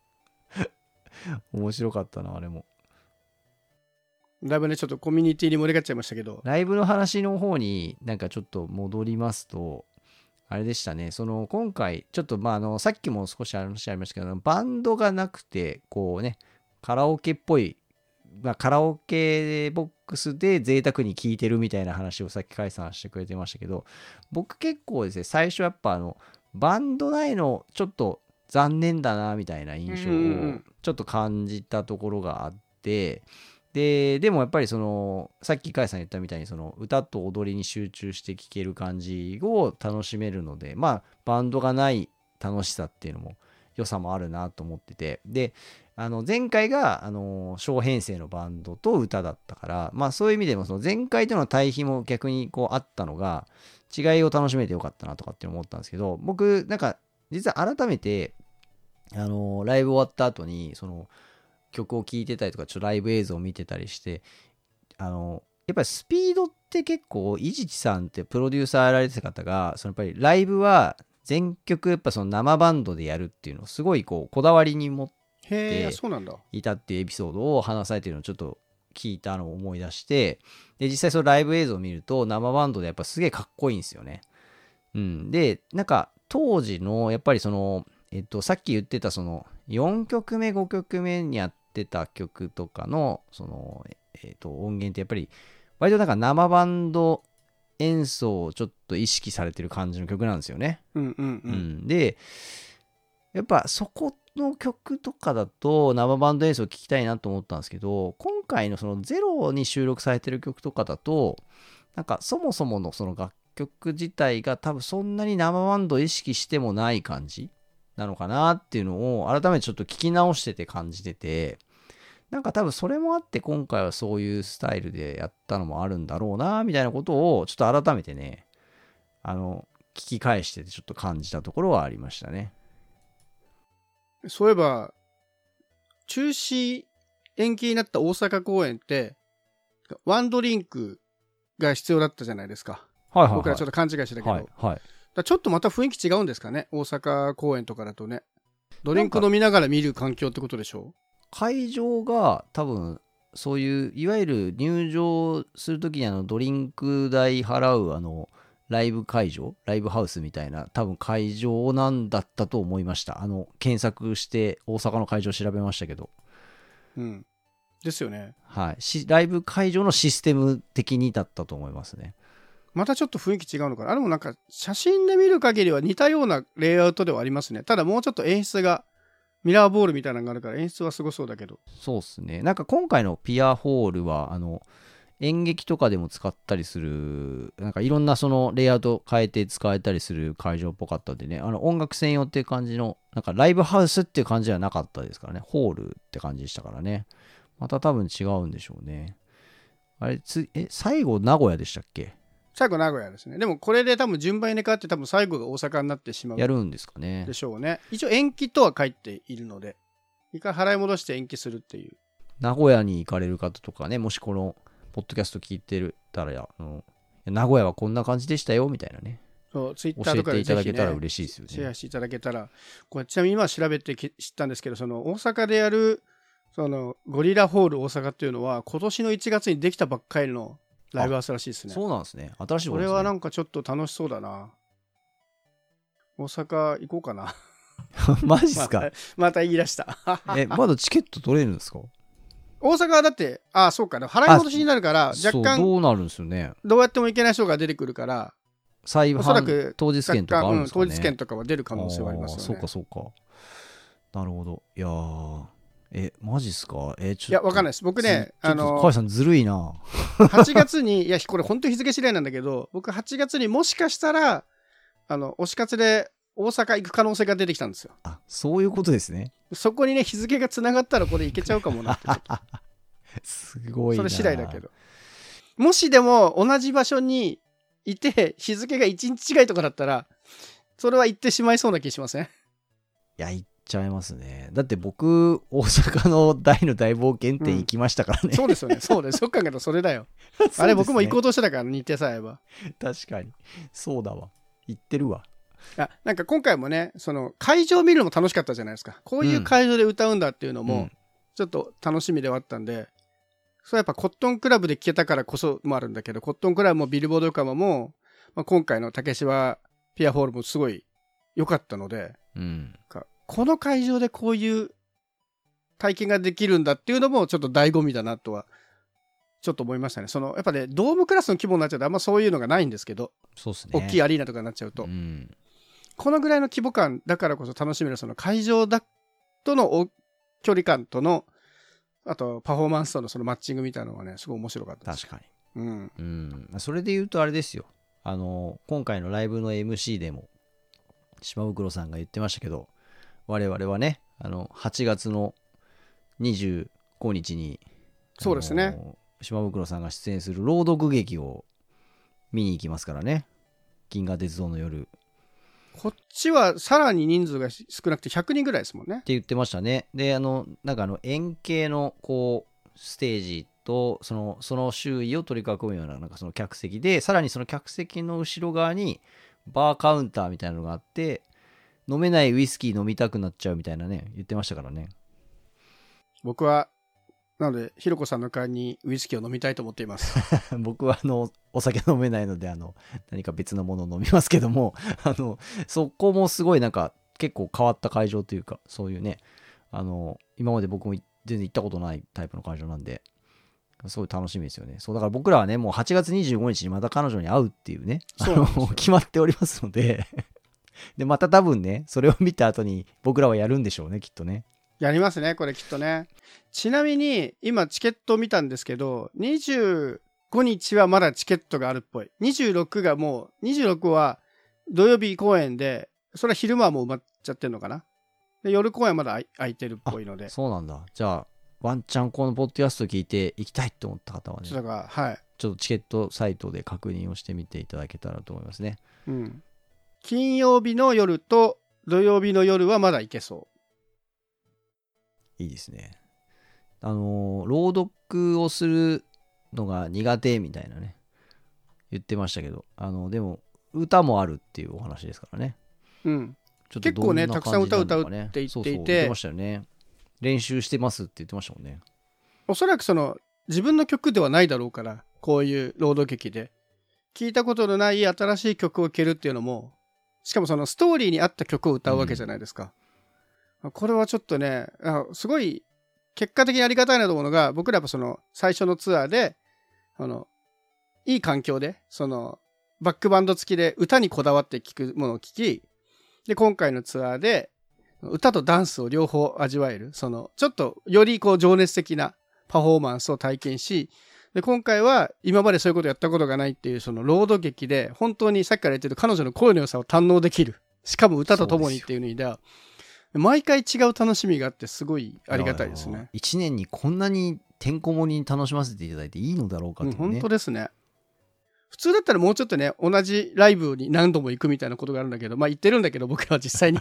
面白かったなあれも。 だいぶねちょっとコミュニティに盛り上がっちゃいましたけど、 ライブの話の方になんかちょっと戻りますと、あれでしたね、その今回ちょっとまああのさっきも少し話ありましたけど、バンドがなくてこうねカラオケっぽい、まあ、カラオケボックスで贅沢に聴いてるみたいな話をさっき甲斐さんしてくれてましたけど、僕結構ですね最初やっぱあのバンドないのちょっと残念だなみたいな印象をちょっと感じたところがあって、ででもやっぱりそのさっき甲斐さん言ったみたいにその歌と踊りに集中して聴ける感じを楽しめるので、まあバンドがない楽しさっていうのも良さもあるなと思ってて、であの前回があの小編成のバンドと歌だったから、まあそういう意味でもその前回との対比も逆にこうあったのが違いを楽しめてよかったなとかって思ったんですけど、僕なんか実は改めてあのライブ終わった後にその曲を聴いてたりとかちょっとライブ映像を見てたりして、あのやっぱりスピードって結構伊地知さんってプロデューサーやられてた方がそのやっぱりライブは全曲やっぱその生バンドでやるっていうのをすごいこうこだわりに持っていたっていうエピソードを話されているのをちょっと聞いたのを思い出して、で実際そのライブ映像を見ると生バンドでやっぱすげえかっこいいんですよね。うん、でなんか当時のやっぱりそのえっとさっき言ってたそのよんきょくめごきょくめにやってた曲とかのそのえっと音源ってやっぱり割となんか生バンド演奏をちょっと意識されてる感じの曲なんですよね。 うんうんうん。 うん、でやっぱそこの曲とかだと生バンド演奏を聴きたいなと思ったんですけど、今回のそのゼロに収録されてる曲とかだとなんかそもそものその楽曲自体が多分そんなに生バンドを意識してもない感じなのかなっていうのを改めてちょっと聞き直してて感じてて、なんか多分それもあって今回はそういうスタイルでやったのもあるんだろうなみたいなことをちょっと改めてねあの聞き返しててちょっと感じたところはありましたね。 そういえば中止延期になった大阪公演ってワンドリンクが必要だったじゃないですか。 はいはいはい、 僕らちょっと勘違いしてたけど、 はいはい、 だちょっとまた雰囲気違うんですかね、大阪公演とかだとね。ドリンク飲みながら見る環境ってことでしょ。 会場が多分そういういわゆる入場するときにあのドリンク代払うあのライブ会場ライブハウスみたいな多分会場なんだったと思いました。あの検索して大阪の会場調べましたけど、 うんですよね。 はい、しライブ会場のシステム的にだったと思いますね。 またちょっと雰囲気違うのかな。あれもなんか写真で見る限りは似たようなレイアウトではありますね。ただもうちょっと演出がミラーボールみたいなのがあるから演出はすごそうだけど。 そうですね。なんか今回のピアホールはあの演劇とかでも使ったりするなんかいろんなそのレイアウト変えて使えたりする会場っぽかったんでね、あの音楽専用っていう感じのなんかライブハウスっていう感じじゃなかったですからね。ホールって感じでしたからね。また多分違うんでしょうね。あれつえ最後名古屋でしたっけ？ 最後名古屋ですね。でもこれで多分順番に変わって多分最後が大阪になってしまうやるんですかね。 でしょうね。一応延期とは書いているので一回払い戻して延期するっていう。 名古屋に行かれる方とかね、もしこのポッドキャスト聞いてたらやあの名古屋はこんな感じでしたよみたいなね、 そうツイッターとかで教えていただけたら嬉しいですよね。 シェアしていただけたら。これちなみに今調べて知ったんですけど、その大阪でやるそのゴリラホール大阪っていうのは今年のいちがつにできたばっかりのライブハウスらしいですね。 そうなんですね。新しいことですね。 これはなんかちょっと楽しそうだな。大阪行こうかな。 マジっすか？ また、また言い出した。 え、まだチケット取れるんですか？ 大阪はだって、ああ、そうかな。払い戻しになるから、若干、 どうなるんですよね。 どうやっても行けない人が出てくるから、 再おそらく当日券とかあるんですかね。 うん、当日券とかは出る可能性はありますよね。 そうかそうか。なるほど。いやー、え、マジっすか？え、ちょっと。 いや、わかんないです。僕ね、 あの、河合さんずるいな。 はちがつに、いや、これ本当日付次第なんだけど、僕はちがつにもしかしたら、あの、推し活で大阪行く可能性が出てきたんですよ。 あ、そういうことですね。 そこにね、日付がつながったらこれ行けちゃうかもなって。 すごいな。 それ次第だけど。もしでも同じ場所にいて、日付がいちにち違いとかだったら、それは行ってしまいそうな気しません？いや、行っちゃいますね。だって僕、大阪の大の大冒険店行きましたからね。 うん、そうですよね。そうです。そっかけどそれだよ。ね、あれ僕も行こうとしてたから日程さえ合えば。 確かに。そうだわ。行ってるわ。 あ、なんか今回もね、その会場を見るのも楽しかったじゃないですか。こういう会場で歌うんだっていうのも、ちょっと楽しみではあったんで、それはやっぱコットンクラブで聴けたからこそもあるんだけど、コットンクラブもビルボード横浜も、まあ、今回の竹芝ピアホールもすごい良かったので、 うん、 この会場でこういう体験ができるんだっていうのもちょっと醍醐味だなとはちょっと思いましたね。そのやっぱね、ドームクラスの規模になっちゃうとあんまそういうのがないんですけど、 そうですね、 大きいアリーナとかになっちゃうと、うん、このぐらいの規模感だからこそ楽しめるその会場だとの距離感とのあとパフォーマンスとのそのマッチングみたいなのがね、すごい面白かったです。 確かに、うんうん、それで言うとあれですよ、あの今回のライブの エムシー でも島袋さんが言ってましたけど、我々はね、あのはちがつのにじゅうごにちにそうですね、 島袋さんが出演する朗読劇を見に行きますからね。銀河鉄道の夜。 こっちはさらに人数が少なくてひゃくにんぐらいですもんねって言ってましたね。で、あのなんかあの円形のこうステージとそのその周囲を取り囲むようななんかその客席で、さらにその客席の後ろ側にバーカウンターみたいなのがあって、飲めないウイスキー飲みたくなっちゃうみたいなね、言ってましたからね。 僕はなのでひろこさんの代わりにウイスキーを飲みたいと思っています僕はあのお酒飲めないので、あの何か別のものを飲みますけども、あのそこもすごいなんか結構変わった会場というか、そういうね、あの今まで僕も全然行ったことないタイプの会場なんで、すごい楽しみですよね。そうだから僕らはね、もうはちがつにじゅうごにちにまた彼女に会うっていうね、あの決まっておりますのででまた多分ね、それを見た後に僕らはやるんでしょうね、きっとね。 やりますね、これきっとね。ちなみに今チケットを見たんですけど、にじゅうごにちはまだチケットがあるっぽい。にじゅうろくがもう、にじゅうろくは土曜日公演で、それは昼間はもう埋まっちゃってるのかな。で夜公演はまだ空いてるっぽいので。 そうなんだ。じゃあワンチャンこのポッドキャスト聞いて行きたいと思った方はね、 ちょっと、はい、 ちょっとチケットサイトで確認をしてみていただけたらと思いますね。 うん、金曜日の夜と土曜日の夜はまだ行けそう。 いいですね。あの朗読をするのが苦手みたいなね言ってましたけど、あのでも歌もあるっていうお話ですからね。 うん。ちょっと結構ねたくさん歌う歌うって言っていて、 そうそう言ってましたよね。 練習してますって言ってましたもんね。 おそらくその自分の曲ではないだろうから、こういう朗読劇で聴いたことのない新しい曲を蹴るっていうのも、しかもそのストーリーに合った曲を歌うわけじゃないですか、うん、これはちょっとね、あすごい結果的にありがたいなと思うのが、僕らやっぱその最初のツアーであのいい環境でそのバックバンド付きで歌にこだわって聴くものを聴き、で今回のツアーで歌とダンスを両方味わえる、そのちょっとよりこう情熱的なパフォーマンスを体験し、で今回は今までそういうことやったことがないっていうその朗読劇で本当にさっきから言ってる彼女の声の良さを堪能できる、しかも歌とともにっていう意味では毎回違う楽しみがあってすごいありがたいですね。 いちねんにこんなにてんこ盛りに楽しませていただいていいのだろうかっていうね、 うん、本当ですね。普通だったらもうちょっとね同じライブに何度も行くみたいなことがあるんだけど、まあ行ってるんだけど僕は実際に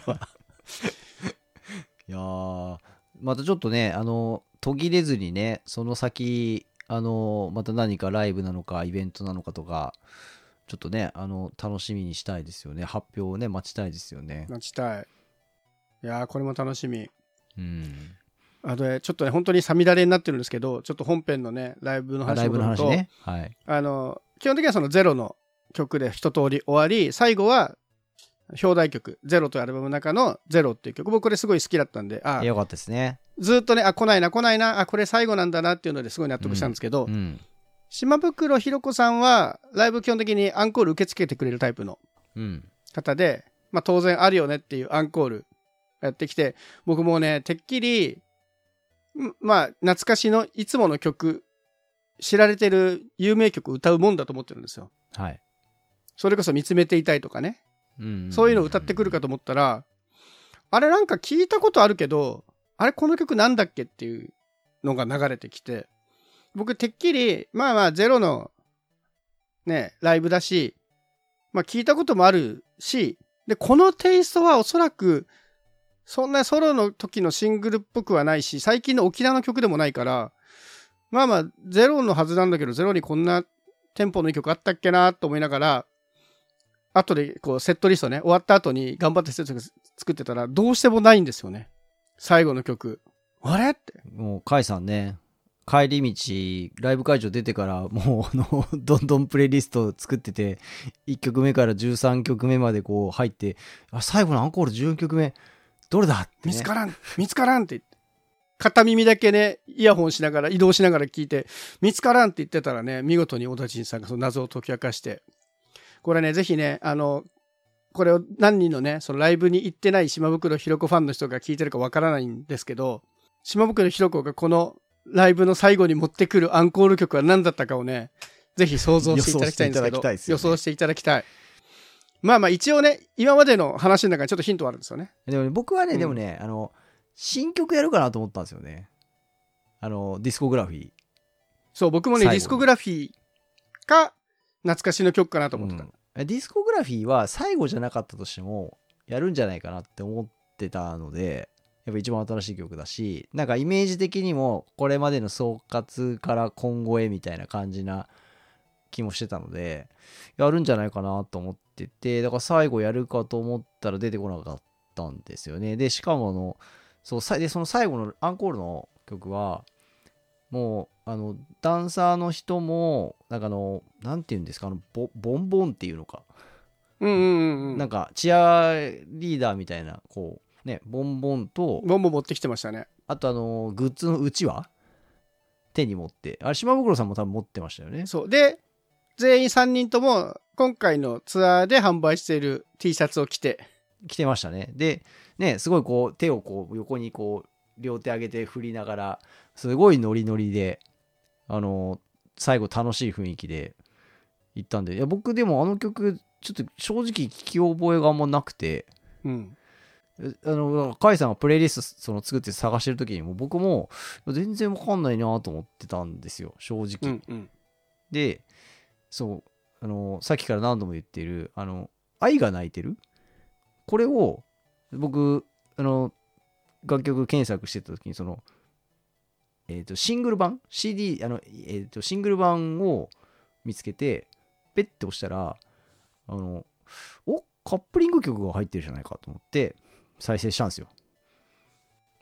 はいやーまたちょっとねあの途切れずにね、その先あのまた何かライブなのかイベントなのかとかちょっとねあの楽しみにしたいですよね。発表をね待ちたいですよね。 待ちたい。いやーこれも楽しみ。 うんあとちょっとね本当にさみだれになってるんですけど、ちょっと本編のねライブの話をすると、 ライブの話ね、はい、 あの基本的にはそのゼロの曲で一通り終わり、最後は表題曲ゼロというアルバムの中のゼロっていう曲、僕これすごい好きだったんで、あよかったですね。 ずっとねあ来ないな来ないなあこれ最後なんだなっていうのですごい納得したんですけど、 うんうん、 島袋ひろ子さんはライブ基本的にアンコール受け付けてくれるタイプの方で、うんまあ、当然あるよねっていうアンコールやってきて、僕もねてっきりまあ懐かしのいつもの曲、知られてる有名曲歌うもんだと思ってるんですよ。 はい。 それこそ見つめていたいとかね、うんうんうんうん、そういうのを歌ってくるかと思ったら、あれなんか聞いたことあるけど、あれこの曲なんだっけっていうのが流れてきて、僕てっきりまあまあゼロのねライブだし、まあ聞いたこともあるし、でこのテイストはおそらくそんなソロの時のシングルっぽくはないし、最近の沖縄の曲でもないから、まあまあゼロのはずなんだけど、ゼロにこんなテンポのいい曲あったっけなと思いながら、後でこうセットリストね終わった後に頑張ってセットリスト作ってたらどうしてもないんですよね、最後の曲。あれってもう甲斐さんね、帰り道ライブ会場出てからもうあのどんどんプレイリスト作ってて、いっきょくめからじゅうさんきょくめまでこう入って、あ最後のアンコールじゅうよんきょくめどれだって、ね、 見つからん見つからんって言って、片耳だけねイヤホンしながら移動しながら聞いて見つからんって言ってたらね、見事に小田陣さんがその謎を解き明かして、これねぜひねあのこれを何人のねそのライブに行ってない島袋ひろ子ファンの人が聞いてるかわからないんですけど、島袋ひろ子がこのライブの最後に持ってくるアンコール曲は何だったかをねぜひ想像していただきたいんですけど、予想していただきたい。まあまあ一応ね今までの話の中にちょっとヒントはあるんですよね。 でもね僕はね、 うん、 でもねあの新曲やるかなと思ったんですよね、あのディスコグラフィー。 そう僕もねディスコグラフィーか懐かしの曲かなと思ってた、 うん、ディスコグラフィーは最後じゃなかったとしてもやるんじゃないかなって思ってたので、やっぱ一番新しい曲だし、なんかイメージ的にもこれまでの総括から今後へみたいな感じな気もしてたので、やるんじゃないかなと思ってて、だから最後やるかと思ったら出てこなかったんですよね。でしかもあのそうでその最後のアンコールの曲はもうあのダンサーの人もなんかあのなんていうんですか、あの ボ, ボンボンっていうのか、 うんうんうんうん、 なんかチアリーダーみたいなこうねボンボンとボンボン持ってきてましたね。 あとあのグッズのうちわ手に持って、あれ島袋さんも多分持ってましたよね。 そうで全員さんにんとも今回のツアーで販売している T シャツを着て着てましたね。でねすごいこう手をこう横にこう両手上げて振りながらすごいノリノリであの最後楽しい雰囲気で行ったんで、いや僕でもあの曲ちょっと正直聞き覚えがあんまなくて、 うん、 あの甲斐さんがプレイリストその作って探してる時にも僕も全然わかんないなと思ってたんですよ正直、 うんうん、 でそうあのさっきから何度も言っているあの愛が泣いてる、これを僕あの楽曲検索してた時にその、えー、とシングル版 シーディー あの、えー、とシングル版を見つけてペッて押したらあのおカップリング曲が入ってるじゃないかと思って再生したんですよ。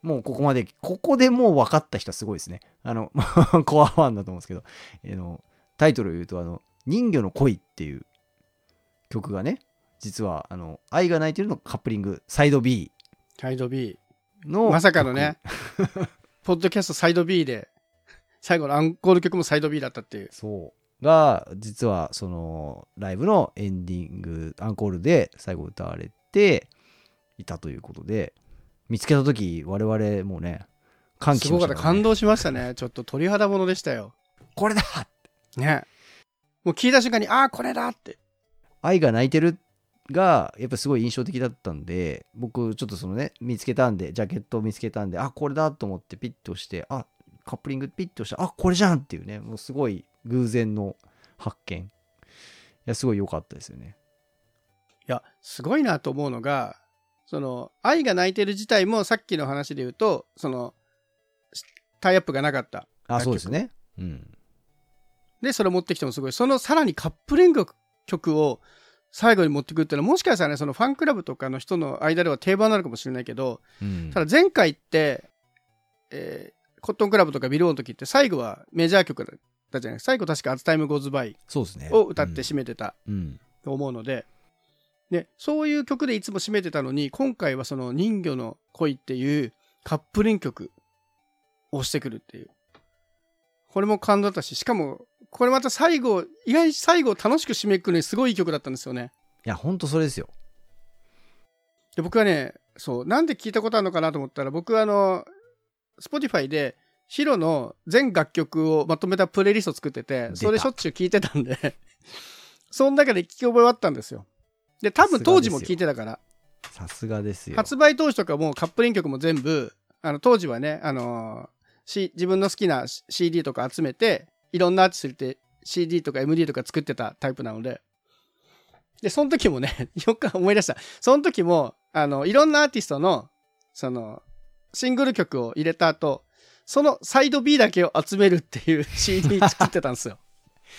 もうここまで、ここでもう分かった人はすごいですね。あの、コアファンだと思うんですけど、あのタイトルを言うと、あの、人魚の恋っていう曲がね、実は、あの、愛が泣いてるのカップリング、サイド B サイド B。 の。 まさかのね、ポッドキャストサイド B で、最後のアンコール曲もサイド B だったっていう。 そう。が、実は、その、ライブのエンディング、アンコールで最後歌われていたということで、見つけたとき、我々もうね、歓喜しましたからね。 すごかった。感動しましたね。ちょっと鳥肌ものでしたよ。 これだね。もう聞いた瞬間に、ああ、これだって。 愛が泣いてるが、やっぱすごい印象的だったんで、僕、ちょっとそのね、見つけたんで、ジャケットを見つけたんで、あ、これだと思ってピッと押して、あ、カップリングピッと押して、あ、これじゃんっていうね、もうすごい偶然の発見。いや、すごい良かったですよね。 いや、すごいなと思うのが、その、愛が泣いてる自体もさっきの話で言うと、その、タイアップがなかった。 あ、そうですね。うん。 で、それ持ってきてもすごい。そのさらにカップリング曲を最後に持ってくるっていうのは、もしかしたらね、そのファンクラブとかの人の間では定番なのかもしれないけど、うん、ただ前回って、えー、コットンクラブとかビルオンの時って最後はメジャー曲だったじゃないですか。最後確か As Time Goes By を歌って締めてたと思うので、で、そういう曲でいつも締めてたのに、今回はその人魚の恋っていうカップリング曲をしてくるっていう。これも感動だったし、しかも、これまた最後、意外に最後楽しく締めくくるのにすごいいい曲だったんですよね。 いや、ほんとそれですよ。 で、僕はね、そう、なんで聞いたことあるのかなと思ったら、僕はあの、Spotify でヒロの全楽曲をまとめたプレイリストを作ってて、それしょっちゅう聞いてたんで、その中で聞き覚えはあったんですよ。で、多分当時も聞いてたから。 さすがですよ。 発売当時とかもカップリング曲も全部、あの、当時はね、あのー、C、自分の好きな シーディー とか集めて、いろんなアーティスト入れて シーディー とか エムディー とか作ってたタイプなので、で、その時もね、よく思い出した。その時も、あの、いろんなアーティストの、その、シングル曲を入れた後、そのサイド B だけを集めるっていう シーディー 作ってたんですよ。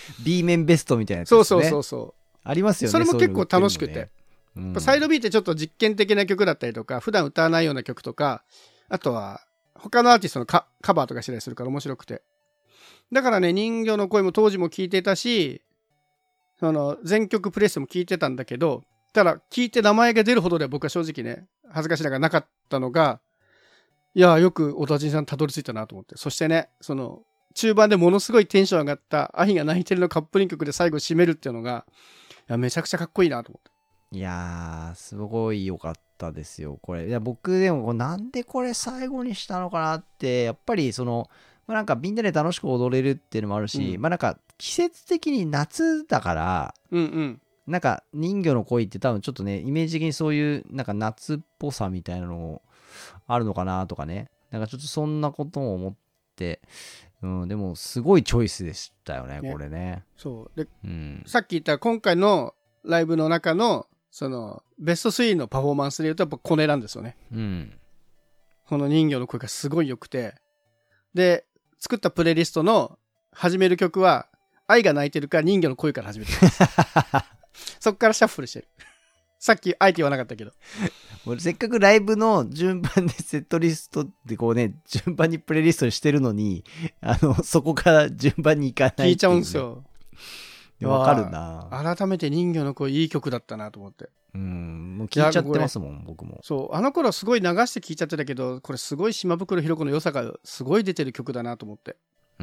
B 面ベストみたいなやつですね。 そうそうそうそう。 ありますよね。 それも結構楽しくて、ね、 うん、 サイド B ってちょっと実験的な曲だったりとか、普段歌わないような曲とか、あとは他のアーティストの カ, カバーとかしたりするから面白くて、だからね、人魚の声も当時も聴いてたし、その全曲プレイスも聴いてたんだけど、ただ聴いて名前が出るほどでは僕は正直ね、恥ずかしながらなかったのが、いやよく小田陣さんたどり着いたなと思って、そしてね、その中盤でものすごいテンション上がった愛が泣いてるのカップリング曲で最後締めるっていうのが、いやめちゃくちゃかっこいいなと思って。 いやー、すごい良かったですよ、これ。いや、僕でも、なんでこれ最後にしたのかなって、やっぱりその、まあ、なんかみんなで楽しく踊れるっていうのもあるし、うん、まあなんか季節的に夏だから、 うんうん、 なんか人魚の恋って多分ちょっとね、イメージ的にそういうなんか夏っぽさみたいなのあるのかなとかね、なんかちょっとそんなことも思って、うん、でもすごいチョイスでしたよね、ね、これね。 そうで、 うん、 さっき言った今回のライブの中のそのベストスリーのパフォーマンスで言うとやっぱこれなんですよね、 うん、 この人魚の声がすごい良くて、で作ったプレイリストの始める曲は愛が泣いてるか人魚の声から始めてますそっからシャッフルしてるさっきあえて言わなかったけど、 俺せっかくライブの順番でセットリストでこうね、順番にプレイリストにしてるのに、あのそこから順番に行かないっていう、ね、 聞いちゃうんですよ。 わかるな。 改めて人魚の声いい曲だったなと思って。 うん、もう聞いちゃってますもん、僕も。 そう、あの頃すごい流して聞いちゃってたけど、これすごい島袋寛子の良さがすごい出てる曲だなと思って。 うん。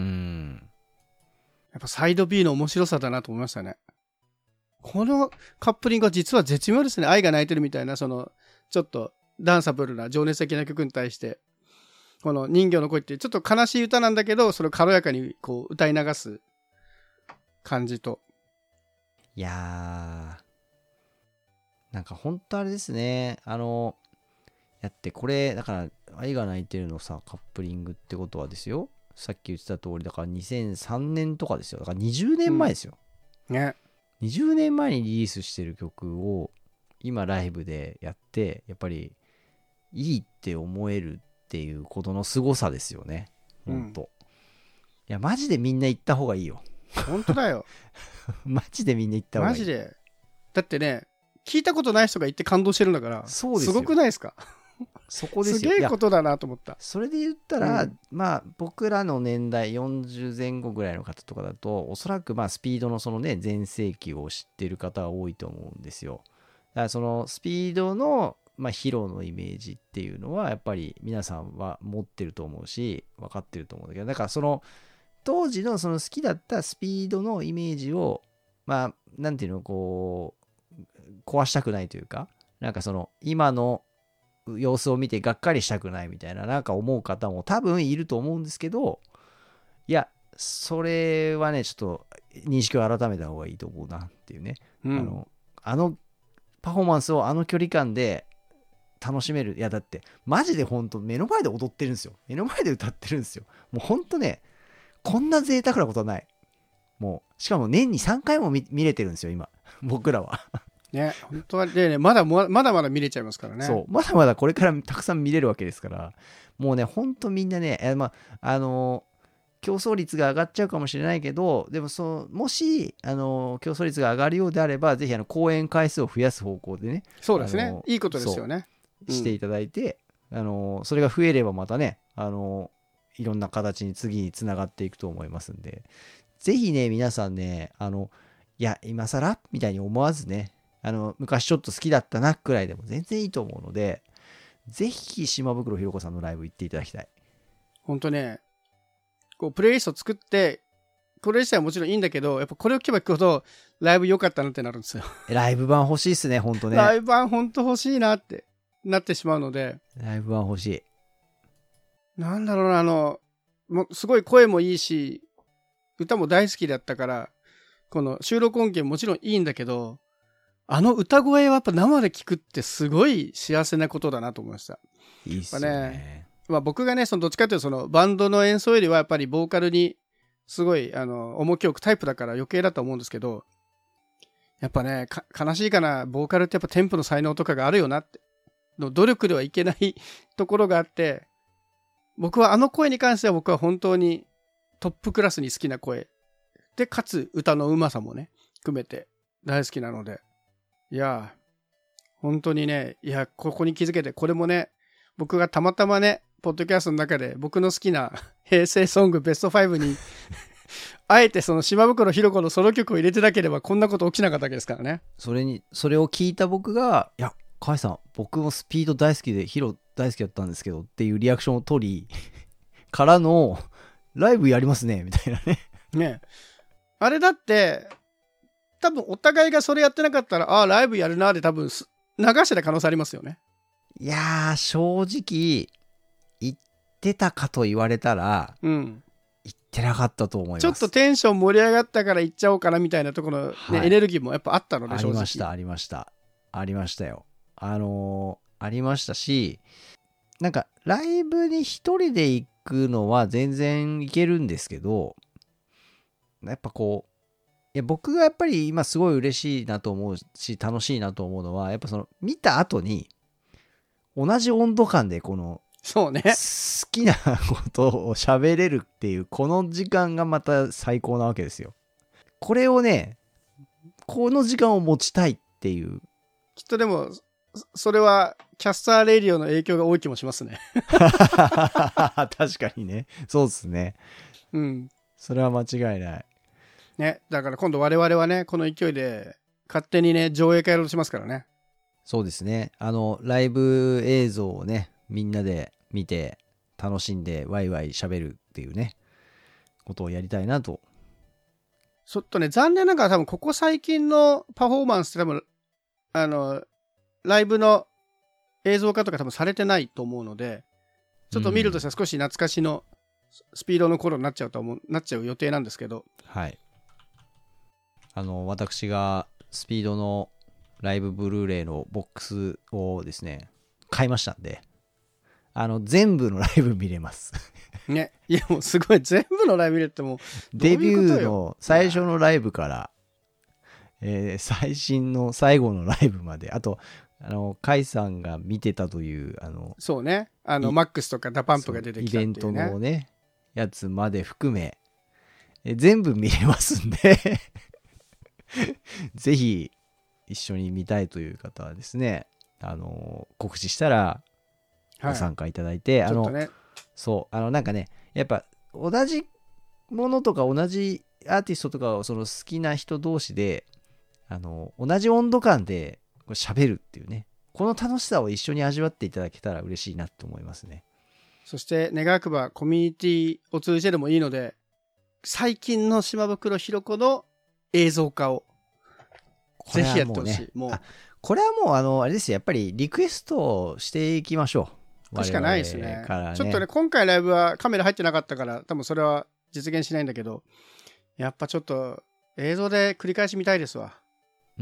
やっぱサイド B の面白さだなと思いましたね。このカップリングは実は絶妙ですね。愛が泣いてるみたいな、そのちょっとダンサブルな情熱的な曲に対して、この人魚の声ってちょっと悲しい歌なんだけど、それを軽やかにこう歌い流す感じと。 いやー、なんか本当あれですね、あのやってこれだから愛が泣いてるのさ、カップリングってことはですよ、さっき言ってた通りだからにせんさんねんとかですよ、だからにじゅうねんまえですよ、 うん、ね、 にじゅうねんまえにリリースしてる曲を今ライブでやって、やっぱりいいって思えるっていうことの凄さですよね、ほんと、うん、いやマジでみんな行った方がいいよ、 本当だよマジでみんな行った方がいい。 マジで。だってね、聞いたことない人が行って感動してるんだから、そうですよ。すごくないですかそこですすよ。 げえことだなと思った。 それで言ったら、 うん、 まあ僕らの年代よんじゅう前後ぐらいの方とかだと、おそらくまあスピードのそのね全盛期を知ってる方が多いと思うんですよ。だからそのスピードのまあヒロのイメージっていうのはやっぱり皆さんは持ってると思うし分かってると思うんだけど、だからその当時のその好きだったスピードのイメージをまあなんていうのこう壊したくないというか、なんかその今の様子を見てがっかりしたくないみたいななんか思う方も多分いると思うんですけど、いやそれはねちょっと認識を改めた方がいいと思うなっていうね、 うん、 あのあのパフォーマンスをあの距離感で楽しめる。いやだってマジで本当目の前で踊ってるんですよ、目の前で歌ってるんですよ。もう本当ねこんな贅沢なことはない。もうしかも年にさんかいも 見, 見れてるんですよ今僕らはね、本当はでね、まだまだまだ見れちゃいますからね。 そう、まだまだこれからたくさん見れるわけですから、もうね、ほんとみんなね、えまあ、あのー、競争率が上がっちゃうかもしれないけど、でもそもし、あのー、競争率が上がるようであれば、ぜひあの公演回数を増やす方向でね、 そうですね、 あのー、 いいことですよね。 していただいて、うん、あのー、それが増えればまたね、あのー、いろんな形に次につながっていくと思いますんで、ぜひね、皆さんね、あの、いや、今更みたいに思わずね、あの昔ちょっと好きだったなくらいでも全然いいと思うので、ぜひ島袋ひろ子さんのライブ行っていただきたい。 本当ね、こうプレイリスト作ってこれ自体はもちろんいいんだけど、やっぱこれを聞けば聞くほどライブ良かったなってなるんですよ。 ライブ版欲しいっすね、本当ね。 ライブ版本当欲しいなってなってしまうので。 ライブ版欲しい。 なんだろうな、あのもすごい声もいいし歌も大好きだったから、この収録音源もちろんいいんだけど、あの歌声はやっぱ生で聞くってすごい幸せなことだなと思いました。 いいっすよね。 まあ、僕がね、そのどっちかというとそのバンドの演奏よりはやっぱりボーカルにすごいあの重きを置くタイプだから余計だと思うんですけど、やっぱね、悲しいかな、ボーカルってやっぱテンポの才能とかがあるよなって、の努力ではいけないところがあって、僕はあの声に関しては僕は本当にトップクラスに好きな声で、かつ歌のうまさもね含めて大好きなので、いや本当にね、いやここに気づけて、これもね僕がたまたまねポッドキャストの中で僕の好きな平成ソングベストごにあえてその島袋ひろ子のソロ曲を入れてなければこんなこと起きなかったわけですからね。 それにそれを聞いた僕が、いや甲斐さん僕もスピード大好きでヒロ大好きだったんですけどっていうリアクションを取りからのライブやりますねみたいなね。 ね、あれだって多分お互いがそれやってなかったら、ああライブやるなで多分流してた可能性ありますよね。 いやー正直言ってたかと言われたら、うん、言ってなかったと思います。 ちょっとテンション盛り上がったから行っちゃおうかなみたいなところの、ね、はい、エネルギーもやっぱあったので、正直ありましたありましたありましたよ。あのー、ありましたし、なんかライブに一人で行くのは全然いけるんですけど、やっぱこういや僕がやっぱり今すごい嬉しいなと思うし楽しいなと思うのは、やっぱその見た後に同じ温度感でこのそうね好きなことを喋れるっていうこの時間がまた最高なわけですよ。これをね、この時間を持ちたいっていう。 きっとでもそれはキャスターレディオの影響が多い気もしますね。 確かにね、そうですね。 うん、 それは間違いない。 ね、だから今度我々はねこの勢いで勝手にね上映会やろうとしますからね。 そうですね。あのライブ映像をねみんなで見て楽しんでワイワイ喋るっていうねことをやりたいなと。 ちょっとね残念ながら多分ここ最近のパフォーマンスって多分あのライブの映像化とか多分されてないと思うので、ちょっと見るとしたら少し懐かしのスピードの頃になっちゃうと思うなっちゃう予定なんですけど、 はい。あの私がスピードのライブブルーレイのボックスをですね買いましたんで、あの全部のライブ見れますね。いやもうすごい、全部のライブ見れてもデビューの最初のライブから、えー、最新の最後のライブまで、あとあの甲斐さんが見てたというあのそうね、あのマックスとかダパンプが出てきたっていう、ね、 イベントのねやつまで含め、え全部見れますんでぜひ一緒に見たいという方はですね、あの告知したらご参加いただいて、はい、あの、 ね、 そうあのなんかねやっぱ同じものとか同じアーティストとかをその好きな人同士であの同じ温度感で喋るっていうね、この楽しさを一緒に味わっていただけたら嬉しいなと思いますね。 そして願わくばコミュニティを通じてでもいいので、最近の島袋ひろ子の映像化をぜひやってほしい。 ね、 もうこれはもうあのあれですよ、やっぱりリクエストしていきましょう。 確かないですね。 ねちょっとね今回ライブはカメラ入ってなかったから多分それは実現しないんだけど、やっぱちょっと映像で繰り返し見たいですわ。 うん、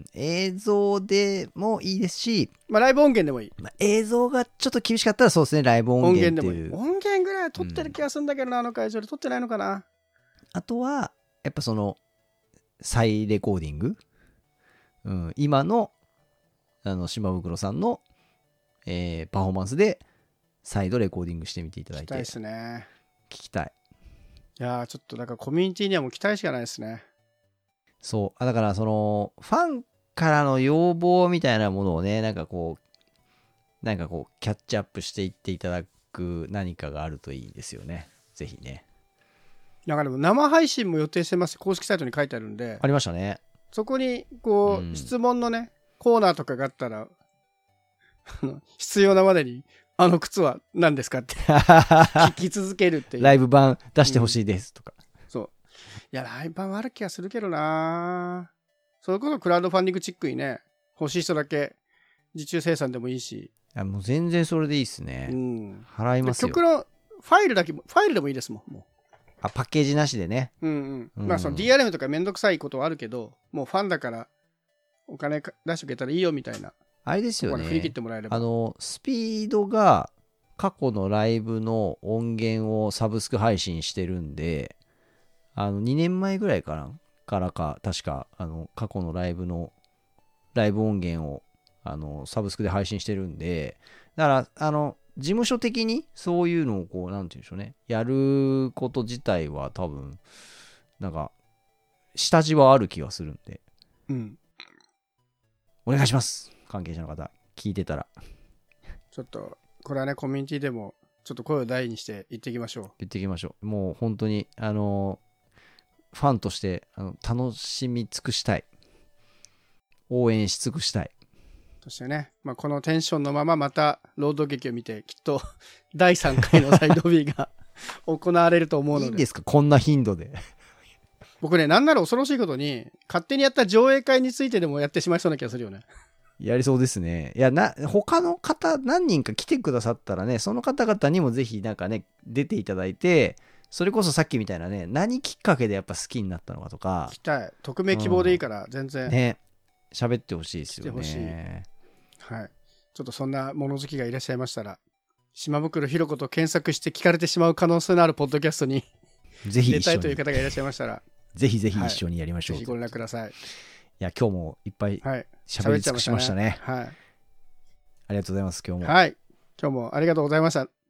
映像でもいいですし、 まあライブ音源でもいい、 まあ、映像がちょっと厳しかったらそうですね、ライブ音源っていう。 音源でもいい。音源ぐらいは撮ってる気がするんだけどな、うん、あの会場で撮ってないのかな。 あとはやっぱその再レコーディング、うん、今のあの島袋さんの、えー、パフォーマンスで再度レコーディングしてみていただいて、聞きたいですね。 聞きたい。 いやーちょっとだからコミュニティにはもう期待しかないですね。 そうだからそのファンからの要望みたいなものをね、なんかこうなんかこうキャッチアップしていっていただく何かがあるといいんですよね。ぜひね。 だから生配信も予定してます。公式サイトに書いてあるんで。 ありましたね。 そこにこう、うん、質問のねコーナーとかがあったら必要なまでにあの靴は何ですかって聞き続けるっていう。 ライブ版出してほしいですとか、うん、 そういやライブ版はある気がするけどな。それこそクラウドファンディングチックにね、欲しい人だけ受注生産でもいいし。 いやもう全然それでいいっすね、うん、払いますよ。 曲のファイルだけファイルでもいいですもん。もうあパッケージなしでね。 うんうん、うん、まあその ディーアールエム とかめんどくさいことはあるけど、もうファンだからお金出してくれたらいいよみたいな。 あれですよね、 振り切ってもらえれば。 あのスピードが過去のライブの音源をサブスク配信してるんで、あのにねんまえぐらいかなからか確かあの過去のライブのライブ音源をあのサブスクで配信してるんで、だからあの事務所的にそういうのをこうなんていうんでしょうね、やること自体は多分なんか下地はある気がするんで、 うん、 お願いします。関係者の方聞いてたらちょっとこれはねコミュニティでもちょっと声を大にして言っていきましょう。 言っていきましょう。もう本当にあのファンとしてあの楽しみ尽くしたい、応援し尽くしたい。 そしてね、まあ、このテンションのまままた労働劇を見てきっとだいさんかいのサイド B が行われると思うので。 いいんですかこんな頻度で。 僕ね、なんなら恐ろしいことに勝手にやった上映会についてでもやってしまいそうな気がするよね。 やりそうですね。いやな他の方何人か来てくださったらね、その方々にもぜひなんかね出ていただいて、それこそさっきみたいなね、何きっかけでやっぱ好きになったのかとか聞きたい。匿名希望でいいから全然、うん、ね喋ってほしいですよね。 来てほしい。はい。ちょっとそんな物好きがいらっしゃいましたら、島袋ひろ子と検索して聞かれてしまう可能性のあるポッドキャストにぜひ出たいという方がいらっしゃいましたら、 ぜひぜひ一緒にやりましょう。 はい、ぜひご連絡ください。いや今日もいっぱい喋り尽くしましたね。 はい。 ありがとうございます今日も。 はい。今日もありがとうございました。